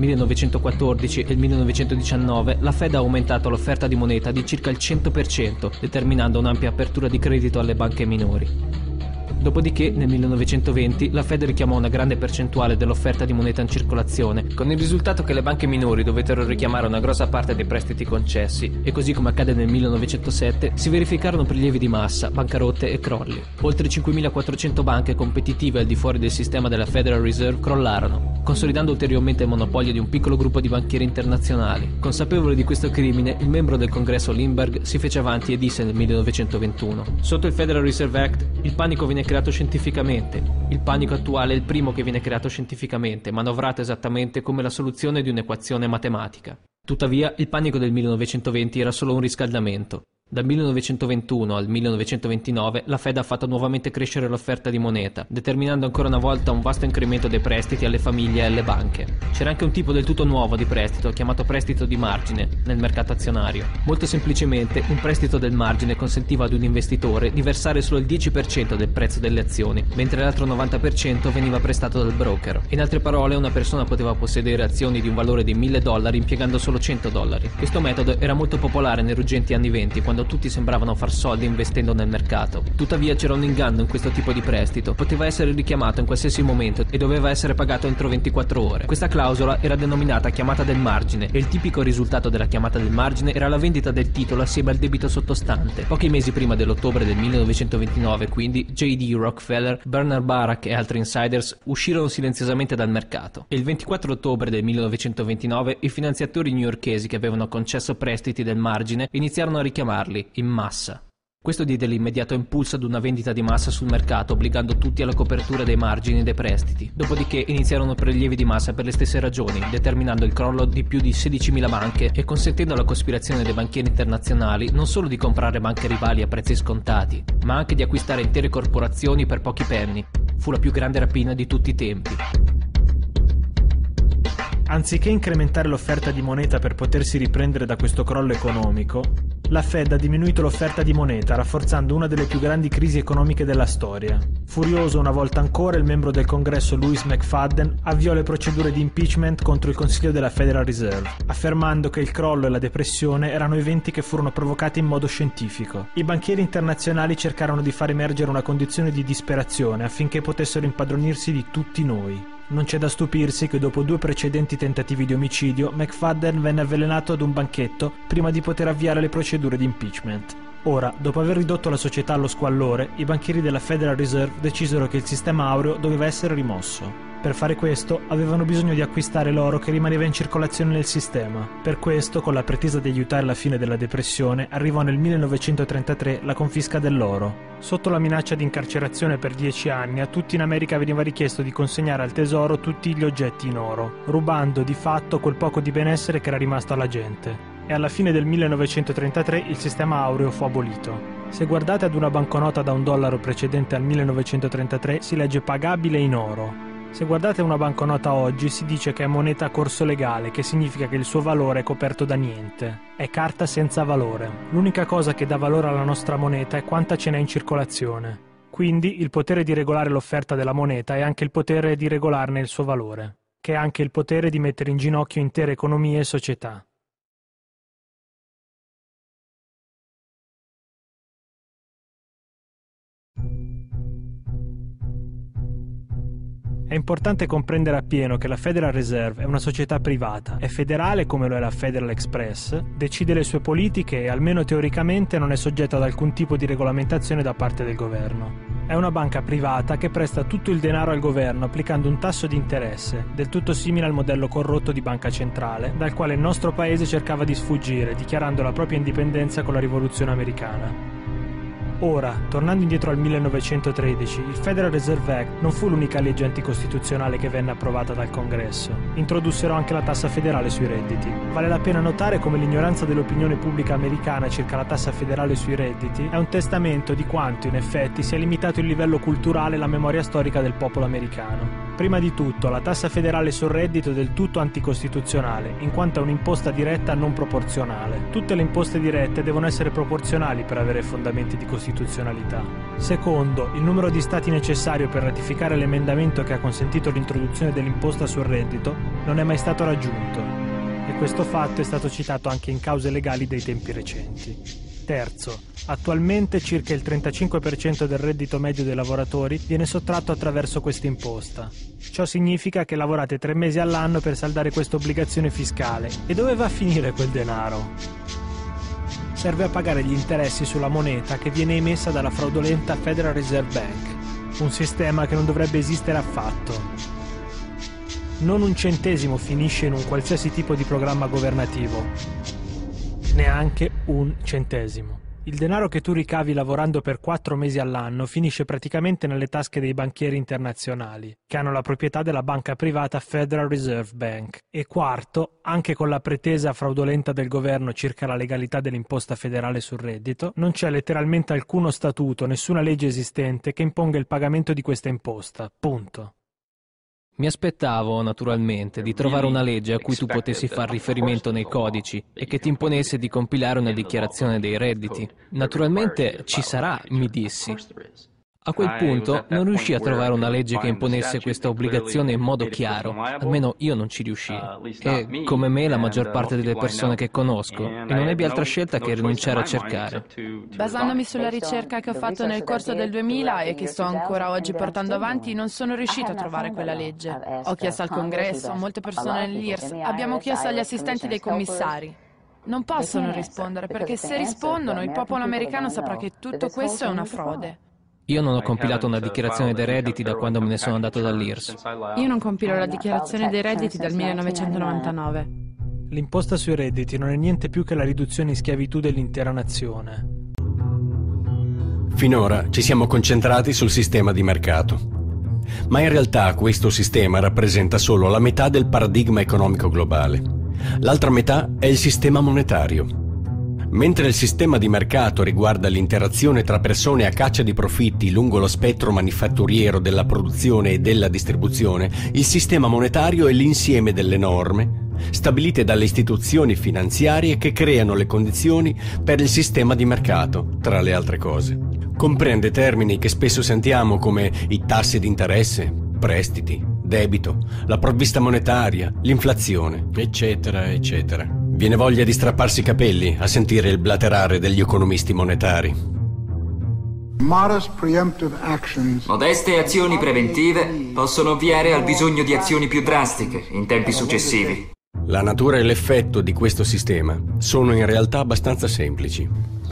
1914 e il 1919 la Fed ha aumentato l'offerta di moneta di circa il 100%, determinando un'ampia apertura di credito alle banche minori. Dopodiché, nel 1920, la Fed richiamò una grande percentuale dell'offerta di moneta in circolazione, con il risultato che le banche minori dovettero richiamare una grossa parte dei prestiti concessi, e così come accade nel 1907, si verificarono prelievi di massa, bancarotte e crolli. Oltre 5.400 banche competitive al di fuori del sistema della Federal Reserve crollarono, consolidando ulteriormente il monopolio di un piccolo gruppo di banchieri internazionali. Consapevole di questo crimine, il membro del Congresso Lindbergh si fece avanti e disse nel 1921: sotto il Federal Reserve Act, il panico viene creato scientificamente. Il panico attuale è il primo che viene creato scientificamente, manovrato esattamente come la soluzione di un'equazione matematica. Tuttavia, il panico del 1920 era solo un riscaldamento. Dal 1921 al 1929 la Fed ha fatto nuovamente crescere l'offerta di moneta, determinando ancora una volta un vasto incremento dei prestiti alle famiglie e alle banche. C'era anche un tipo del tutto nuovo di prestito, chiamato prestito di margine, nel mercato azionario. Molto semplicemente, un prestito del margine consentiva ad un investitore di versare solo il 10% del prezzo delle azioni, mentre l'altro 90% veniva prestato dal broker. In altre parole, una persona poteva possedere azioni di un valore di $1.000 impiegando solo $100. Questo metodo era molto popolare nei ruggenti anni 20, quando tutti sembravano far soldi investendo nel mercato. Tuttavia c'era un inganno in questo tipo di prestito: poteva essere richiamato in qualsiasi momento e doveva essere pagato entro 24 ore. Questa clausola era denominata chiamata del margine, e il tipico risultato della chiamata del margine era la vendita del titolo assieme al debito sottostante. Pochi mesi prima dell'ottobre del 1929, quindi, J.D. Rockefeller, Bernard Baruch e altri insiders uscirono silenziosamente dal mercato. E il 24 ottobre del 1929 i finanziatori newyorkesi che avevano concesso prestiti del margine iniziarono a richiamarli in massa. Questo diede l'immediato impulso ad una vendita di massa sul mercato, obbligando tutti alla copertura dei margini dei prestiti. Dopodiché iniziarono prelievi di massa per le stesse ragioni, determinando il crollo di più di 16.000 banche e consentendo alla cospirazione dei banchieri internazionali non solo di comprare banche rivali a prezzi scontati, ma anche di acquistare intere corporazioni per pochi penny. Fu la più grande rapina di tutti i tempi. Anziché incrementare l'offerta di moneta per potersi riprendere da questo crollo economico, la Fed ha diminuito l'offerta di moneta, rafforzando una delle più grandi crisi economiche della storia. Furioso una volta ancora, il membro del Congresso Louis McFadden avviò le procedure di impeachment contro il Consiglio della Federal Reserve, affermando che il crollo e la depressione erano eventi che furono provocati in modo scientifico. I banchieri internazionali cercarono di far emergere una condizione di disperazione affinché potessero impadronirsi di tutti noi. Non c'è da stupirsi che dopo 2 precedenti tentativi di omicidio, McFadden venne avvelenato ad un banchetto prima di poter avviare le procedure di impeachment. Ora, dopo aver ridotto la società allo squallore, i banchieri della Federal Reserve decisero che il sistema aureo doveva essere rimosso. Per fare questo, avevano bisogno di acquistare l'oro che rimaneva in circolazione nel sistema. Per questo, con la pretesa di aiutare la fine della depressione, arrivò nel 1933 la confisca dell'oro. Sotto la minaccia di incarcerazione per 10 anni, a tutti in America veniva richiesto di consegnare al tesoro tutti gli oggetti in oro, rubando di fatto quel poco di benessere che era rimasto alla gente. E alla fine del 1933 il sistema aureo fu abolito. Se guardate ad una banconota da $1 precedente al 1933, si legge pagabile in oro. Se guardate una banconota oggi, si dice che è moneta a corso legale, che significa che il suo valore è coperto da niente. È carta senza valore. L'unica cosa che dà valore alla nostra moneta è quanta ce n'è in circolazione. Quindi il potere di regolare l'offerta della moneta è anche il potere di regolarne il suo valore, che è anche il potere di mettere in ginocchio intere economie e società. È importante comprendere appieno che la Federal Reserve è una società privata, è federale come lo è la Federal Express, decide le sue politiche e almeno teoricamente non è soggetta ad alcun tipo di regolamentazione da parte del governo. È una banca privata che presta tutto il denaro al governo applicando un tasso di interesse, del tutto simile al modello corrotto di banca centrale, dal quale il nostro paese cercava di sfuggire, dichiarando la propria indipendenza con la rivoluzione americana. Ora, tornando indietro al 1913, il Federal Reserve Act non fu l'unica legge anticostituzionale che venne approvata dal Congresso. Introdussero anche la tassa federale sui redditi. Vale la pena notare come l'ignoranza dell'opinione pubblica americana circa la tassa federale sui redditi è un testamento di quanto, in effetti, sia limitato il livello culturale e la memoria storica del popolo americano. Prima di tutto, la tassa federale sul reddito è del tutto anticostituzionale, in quanto è un'imposta diretta non proporzionale. Tutte le imposte dirette devono essere proporzionali per avere fondamenti di costituzionalità. Secondo, il numero di stati necessario per ratificare l'emendamento che ha consentito l'introduzione dell'imposta sul reddito non è mai stato raggiunto, e questo fatto è stato citato anche in cause legali dei tempi recenti. Terzo, attualmente circa il 35% del reddito medio dei lavoratori viene sottratto attraverso questa imposta. Ciò significa che lavorate 3 mesi all'anno per saldare questa obbligazione fiscale. E dove va a finire quel denaro? Serve a pagare gli interessi sulla moneta che viene emessa dalla fraudolenta Federal Reserve Bank, un sistema che non dovrebbe esistere affatto. Non un centesimo finisce in un qualsiasi tipo di programma governativo. Neanche un centesimo. Il denaro che tu ricavi lavorando per 4 mesi all'anno finisce praticamente nelle tasche dei banchieri internazionali, che hanno la proprietà della banca privata Federal Reserve Bank. E quarto, anche con la pretesa fraudolenta del governo circa la legalità dell'imposta federale sul reddito, non c'è letteralmente alcuno statuto, nessuna legge esistente che imponga il pagamento di questa imposta. Punto. Mi aspettavo, naturalmente, di trovare una legge a cui tu potessi far riferimento nei codici e che ti imponesse di compilare una dichiarazione dei redditi. Naturalmente ci sarà, mi dissi. A quel punto non riuscii a trovare una legge che imponesse questa obbligazione in modo chiaro, almeno io non ci riuscii. E, come me, la maggior parte delle persone che conosco, e non ebbi altra scelta che rinunciare a cercare. Basandomi sulla ricerca che ho fatto nel corso del 2000 e che sto ancora oggi portando avanti, non sono riuscito a trovare quella legge. Ho chiesto al Congresso, a molte persone nell'IRS, abbiamo chiesto agli assistenti dei commissari. Non possono rispondere, perché se rispondono il popolo americano saprà che tutto questo è una frode. Io non ho compilato una dichiarazione dei redditi da quando me ne sono andato dall'IRS. Io non compilo la dichiarazione dei redditi dal 1999. L'imposta sui redditi non è niente più che la riduzione in schiavitù dell'intera nazione. Finora ci siamo concentrati sul sistema di mercato. Ma in realtà questo sistema rappresenta solo la metà del paradigma economico globale. L'altra metà è il sistema monetario. Mentre il sistema di mercato riguarda l'interazione tra persone a caccia di profitti lungo lo spettro manifatturiero della produzione e della distribuzione, il sistema monetario è l'insieme delle norme stabilite dalle istituzioni finanziarie che creano le condizioni per il sistema di mercato, tra le altre cose. Comprende termini che spesso sentiamo come i tassi di interesse, prestiti, debito, la provvista monetaria, l'inflazione, eccetera, eccetera. Viene voglia di strapparsi i capelli a sentire il blaterare degli economisti monetari. Modeste azioni preventive possono ovviare al bisogno di azioni più drastiche in tempi successivi. La natura e l'effetto di questo sistema sono in realtà abbastanza semplici.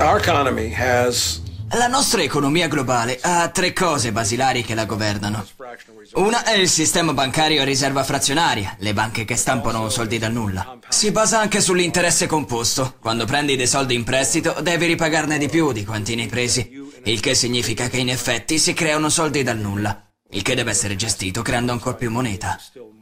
La nostra economia globale ha 3 cose basilari che la governano. Una è il sistema bancario a riserva frazionaria, le banche che stampano soldi dal nulla. Si basa anche sull'interesse composto. Quando prendi dei soldi in prestito, devi ripagarne di più di quanti ne hai presi, il che significa che in effetti si creano soldi dal nulla, il che deve essere gestito creando ancora più moneta.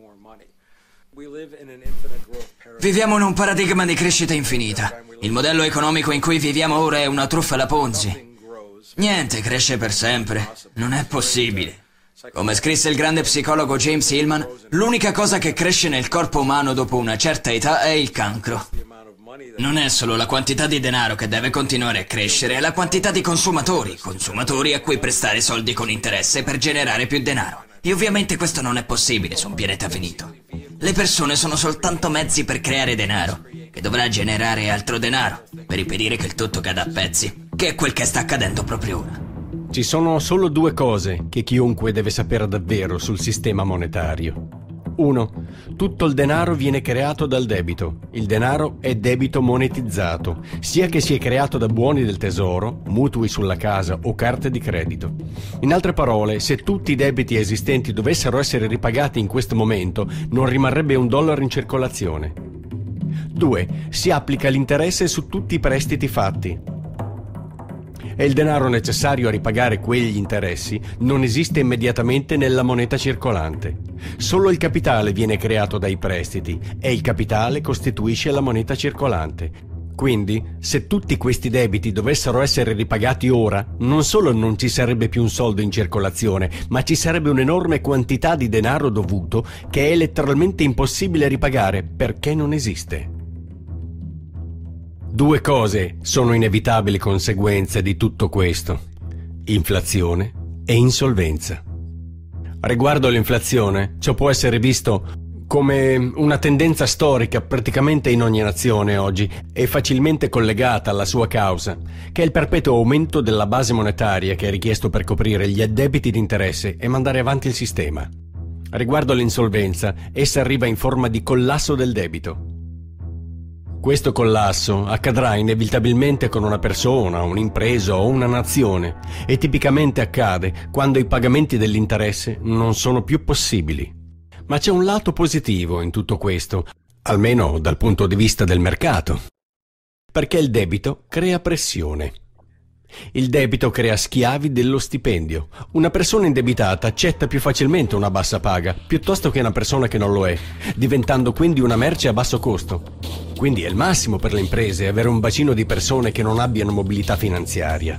Viviamo in un paradigma di crescita infinita. Il modello economico in cui viviamo ora è una truffa alla Ponzi. Niente cresce per sempre. Non è possibile. Come scrisse il grande psicologo James Hillman, l'unica cosa che cresce nel corpo umano dopo una certa età è il cancro. Non è solo la quantità di denaro che deve continuare a crescere, è la quantità di consumatori a cui prestare soldi con interesse per generare più denaro. E ovviamente questo non è possibile su un pianeta finito. Le persone sono soltanto mezzi per creare denaro, che dovrà generare altro denaro, per impedire che il tutto cada a pezzi, che è quel che sta accadendo proprio ora. Ci sono solo 2 cose che chiunque deve sapere davvero sul sistema monetario. 1. Tutto il denaro viene creato dal debito. Il denaro è debito monetizzato, sia che sia creato da buoni del tesoro, mutui sulla casa o carte di credito. In altre parole, se tutti i debiti esistenti dovessero essere ripagati in questo momento, non rimarrebbe $1 in circolazione. 2. Si applica l'interesse su tutti i prestiti fatti. e il denaro necessario a ripagare quegli interessi non esiste immediatamente nella moneta circolante. Solo il capitale viene creato dai prestiti e il capitale costituisce la moneta circolante. Quindi, se tutti questi debiti dovessero essere ripagati ora, non solo non ci sarebbe più un soldo in circolazione, ma ci sarebbe un'enorme quantità di denaro dovuto che è letteralmente impossibile ripagare perché non esiste. Due cose sono inevitabili conseguenze di tutto questo: inflazione e insolvenza. Riguardo all'inflazione, ciò può essere visto come una tendenza storica praticamente in ogni nazione oggi e facilmente collegata alla sua causa, che è il perpetuo aumento della base monetaria che è richiesto per coprire gli addebiti di interesse e mandare avanti il sistema. Riguardo all'insolvenza, essa arriva in forma di collasso del debito. Questo collasso accadrà inevitabilmente con una persona, un'impresa o una nazione e tipicamente accade quando i pagamenti dell'interesse non sono più possibili. Ma c'è un lato positivo in tutto questo, almeno dal punto di vista del mercato, perché il debito crea pressione. Il debito crea schiavi dello stipendio. Una persona indebitata accetta più facilmente una bassa paga piuttosto che una persona che non lo è, diventando quindi una merce a basso costo. Quindi è il massimo per le imprese avere un bacino di persone che non abbiano mobilità finanziaria.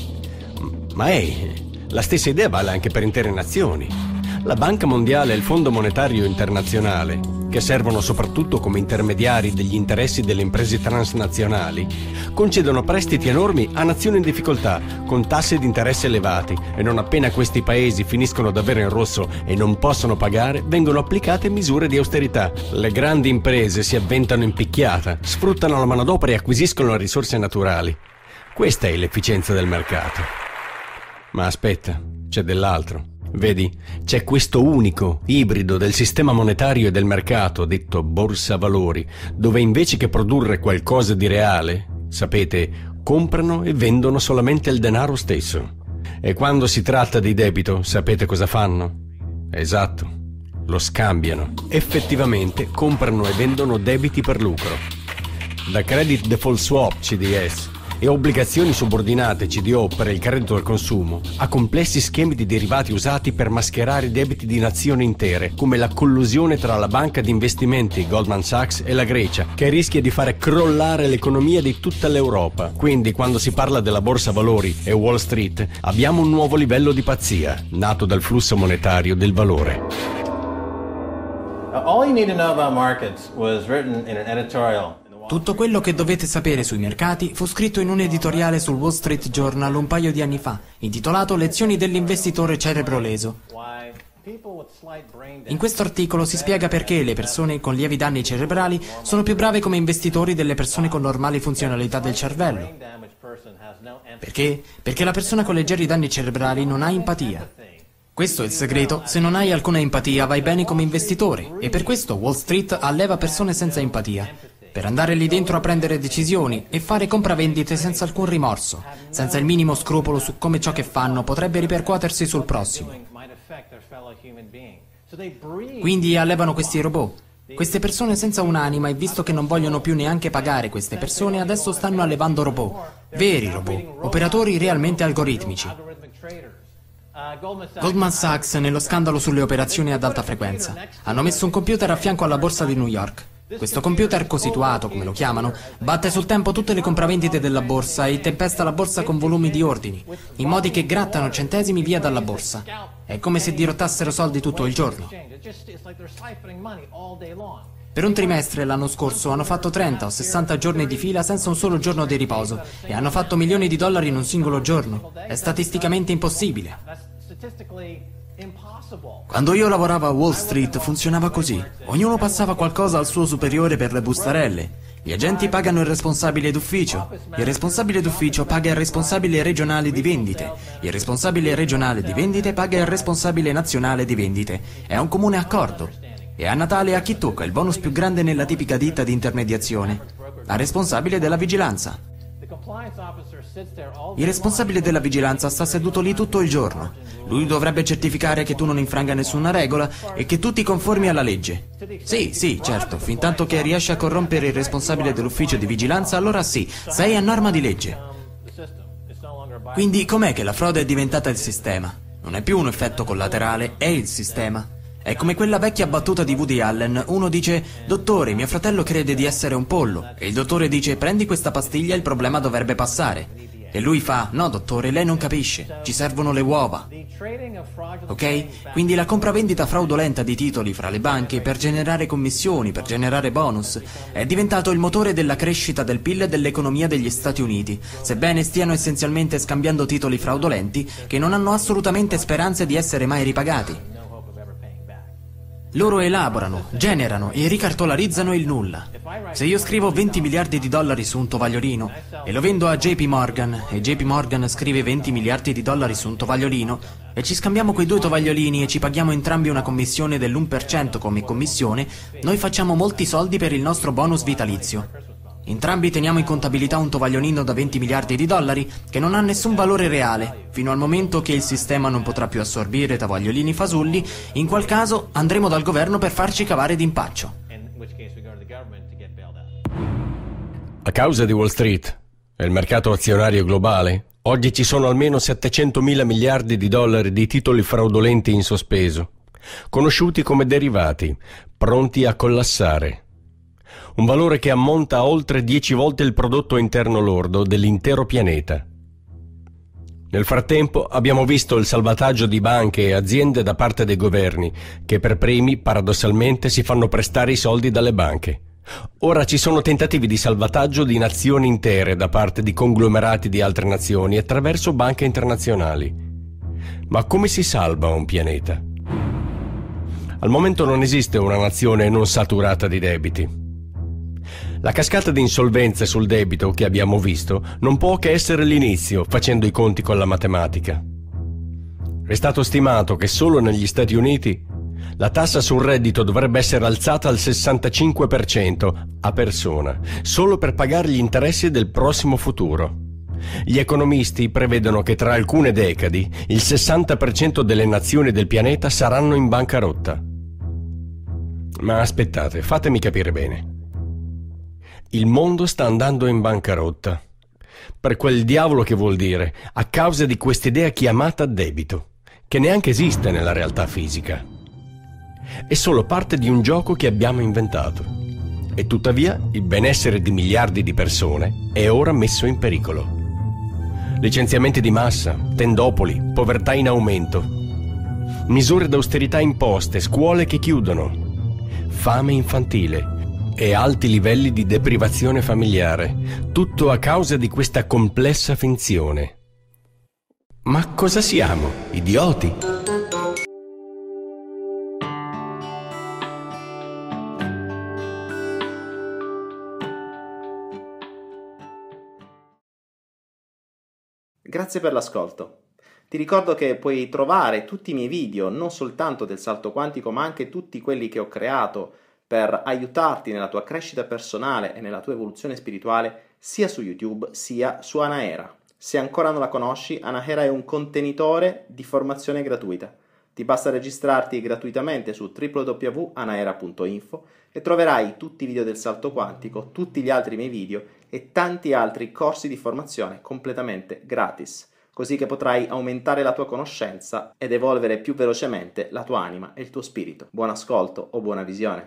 Ma la stessa idea vale anche per intere nazioni. La Banca Mondiale e il Fondo Monetario Internazionale, che servono soprattutto come intermediari degli interessi delle imprese transnazionali, concedono prestiti enormi a nazioni in difficoltà, con tassi di interesse elevati, e non appena questi paesi finiscono davvero in rosso e non possono pagare, vengono applicate misure di austerità. Le grandi imprese si avventano in picchiata, sfruttano la manodopera e acquisiscono le risorse naturali. Questa è l'efficienza del mercato. Ma aspetta, c'è dell'altro. Vedi, c'è questo unico ibrido del sistema monetario e del mercato, detto borsa valori, dove invece che produrre qualcosa di reale, sapete, comprano e vendono solamente il denaro stesso. E quando si tratta di debito, sapete cosa fanno? Esatto, lo scambiano. Effettivamente comprano e vendono debiti per lucro. Da Credit Default Swap, CDS, e obbligazioni subordinate CDO per il credito al consumo, a complessi schemi di derivati usati per mascherare i debiti di nazioni intere, come la collusione tra la banca di investimenti Goldman Sachs e la Grecia, che rischia di fare crollare l'economia di tutta l'Europa. Quindi, quando si parla della borsa valori e Wall Street, abbiamo un nuovo livello di pazzia, nato dal flusso monetario del valore. All you need to know about markets was written in an editorial. Tutto quello che dovete sapere sui mercati fu scritto in un editoriale sul Wall Street Journal un paio di anni fa, intitolato Lezioni dell'investitore cerebro leso. In questo articolo si spiega perché le persone con lievi danni cerebrali sono più brave come investitori delle persone con normali funzionalità del cervello. Perché? Perché la persona con leggeri danni cerebrali non ha empatia. Questo è il segreto: se non hai alcuna empatia vai bene come investitore, e per questo Wall Street alleva persone senza empatia, per andare lì dentro a prendere decisioni e fare compravendite senza alcun rimorso, senza il minimo scrupolo su come ciò che fanno potrebbe ripercuotersi sul prossimo. Quindi allevano questi robot, queste persone senza un'anima, e visto che non vogliono più neanche pagare queste persone, adesso stanno allevando robot, veri robot, operatori realmente algoritmici. Goldman Sachs, nello scandalo sulle operazioni ad alta frequenza, hanno messo un computer a fianco alla borsa di New York. Questo computer cosituato, come lo chiamano, batte sul tempo tutte le compravendite della borsa e tempesta la borsa con volumi di ordini, in modi che grattano centesimi via dalla borsa. È come se dirottassero soldi tutto il giorno. Per un trimestre l'anno scorso hanno fatto 30 o 60 giorni di fila senza un solo giorno di riposo e hanno fatto milioni di dollari in un singolo giorno. È statisticamente impossibile. Quando io lavoravo a Wall Street funzionava così. Ognuno passava qualcosa al suo superiore per le bustarelle. Gli agenti pagano il responsabile d'ufficio. Il responsabile d'ufficio paga il responsabile regionale di vendite. Il responsabile regionale di vendite paga il responsabile nazionale di vendite. È un comune accordo. E a Natale a chi tocca il bonus più grande nella tipica ditta di intermediazione? Al responsabile della vigilanza. Il responsabile della vigilanza sta seduto lì tutto il giorno. Lui dovrebbe certificare che tu non infranga nessuna regola e che tu ti conformi alla legge. Sì, certo, fintanto che riesci a corrompere il responsabile dell'ufficio di vigilanza, allora sì, sei a norma di legge. Quindi com'è che la frode è diventata il sistema? Non è più un effetto collaterale, è il sistema. È come quella vecchia battuta di Woody Allen. Uno dice: dottore, mio fratello crede di essere un pollo. E il dottore dice: prendi questa pastiglia e il problema dovrebbe passare. E lui fa: no dottore, lei non capisce, ci servono le uova. Ok? Quindi la compravendita fraudolenta di titoli fra le banche per generare commissioni, per generare bonus, è diventato il motore della crescita del PIL e dell'economia degli Stati Uniti, sebbene stiano essenzialmente scambiando titoli fraudolenti che non hanno assolutamente speranze di essere mai ripagati. Loro elaborano, generano e ricartolarizzano il nulla. Se io scrivo 20 miliardi di dollari su un tovagliolino e lo vendo a JP Morgan e JP Morgan scrive 20 miliardi di dollari su un tovagliolino e ci scambiamo quei due tovagliolini e ci paghiamo entrambi una commissione dell'1% come commissione, noi facciamo molti soldi per il nostro bonus vitalizio. Entrambi teniamo in contabilità un tovagliolino da 20 miliardi di dollari che non ha nessun valore reale, fino al momento che il sistema non potrà più assorbire tovagliolini fasulli, in qual caso andremo dal governo per farci cavare d'impaccio. A causa di Wall Street e il mercato azionario globale, oggi ci sono almeno 700.000 miliardi di dollari di titoli fraudolenti in sospeso, conosciuti come derivati, pronti a collassare. Un valore che ammonta a oltre 10 volte il prodotto interno lordo dell'intero pianeta. Nel frattempo abbiamo visto il salvataggio di banche e aziende da parte dei governi, che per primi paradossalmente si fanno prestare i soldi dalle banche. Ora ci sono tentativi di salvataggio di nazioni intere da parte di conglomerati di altre nazioni attraverso banche internazionali. Ma come si salva un pianeta? Al momento non esiste una nazione non saturata di debiti. La cascata di insolvenze sul debito che abbiamo visto non può che essere l'inizio, facendo i conti con la matematica. È stato stimato che solo negli Stati Uniti la tassa sul reddito dovrebbe essere alzata al 65% a persona, solo per pagare gli interessi del prossimo futuro. Gli economisti prevedono che tra alcune decadi il 60% delle nazioni del pianeta saranno in bancarotta. Ma aspettate, fatemi capire bene. Il mondo sta andando in bancarotta. Per quel diavolo che vuol dire, a causa di quest'idea chiamata debito, che neanche esiste nella realtà fisica. È solo parte di un gioco che abbiamo inventato. E tuttavia il benessere di miliardi di persone è ora messo in pericolo. Licenziamenti di massa, tendopoli, povertà in aumento, misure d'austerità imposte, scuole che chiudono, fame infantile e alti livelli di deprivazione familiare, tutto a causa di questa complessa finzione. Ma cosa siamo? Idioti? Grazie per l'ascolto. Ti ricordo che puoi trovare tutti i miei video, non soltanto del salto quantico, ma anche tutti quelli che ho creato per aiutarti nella tua crescita personale e nella tua evoluzione spirituale, sia su YouTube sia su Anaera. Se ancora non la conosci, Anaera è un contenitore di formazione gratuita. Ti basta registrarti gratuitamente su www.anaera.info e troverai tutti i video del salto quantico, tutti gli altri miei video e tanti altri corsi di formazione completamente gratis, così che potrai aumentare la tua conoscenza ed evolvere più velocemente la tua anima e il tuo spirito. Buon ascolto o buona visione.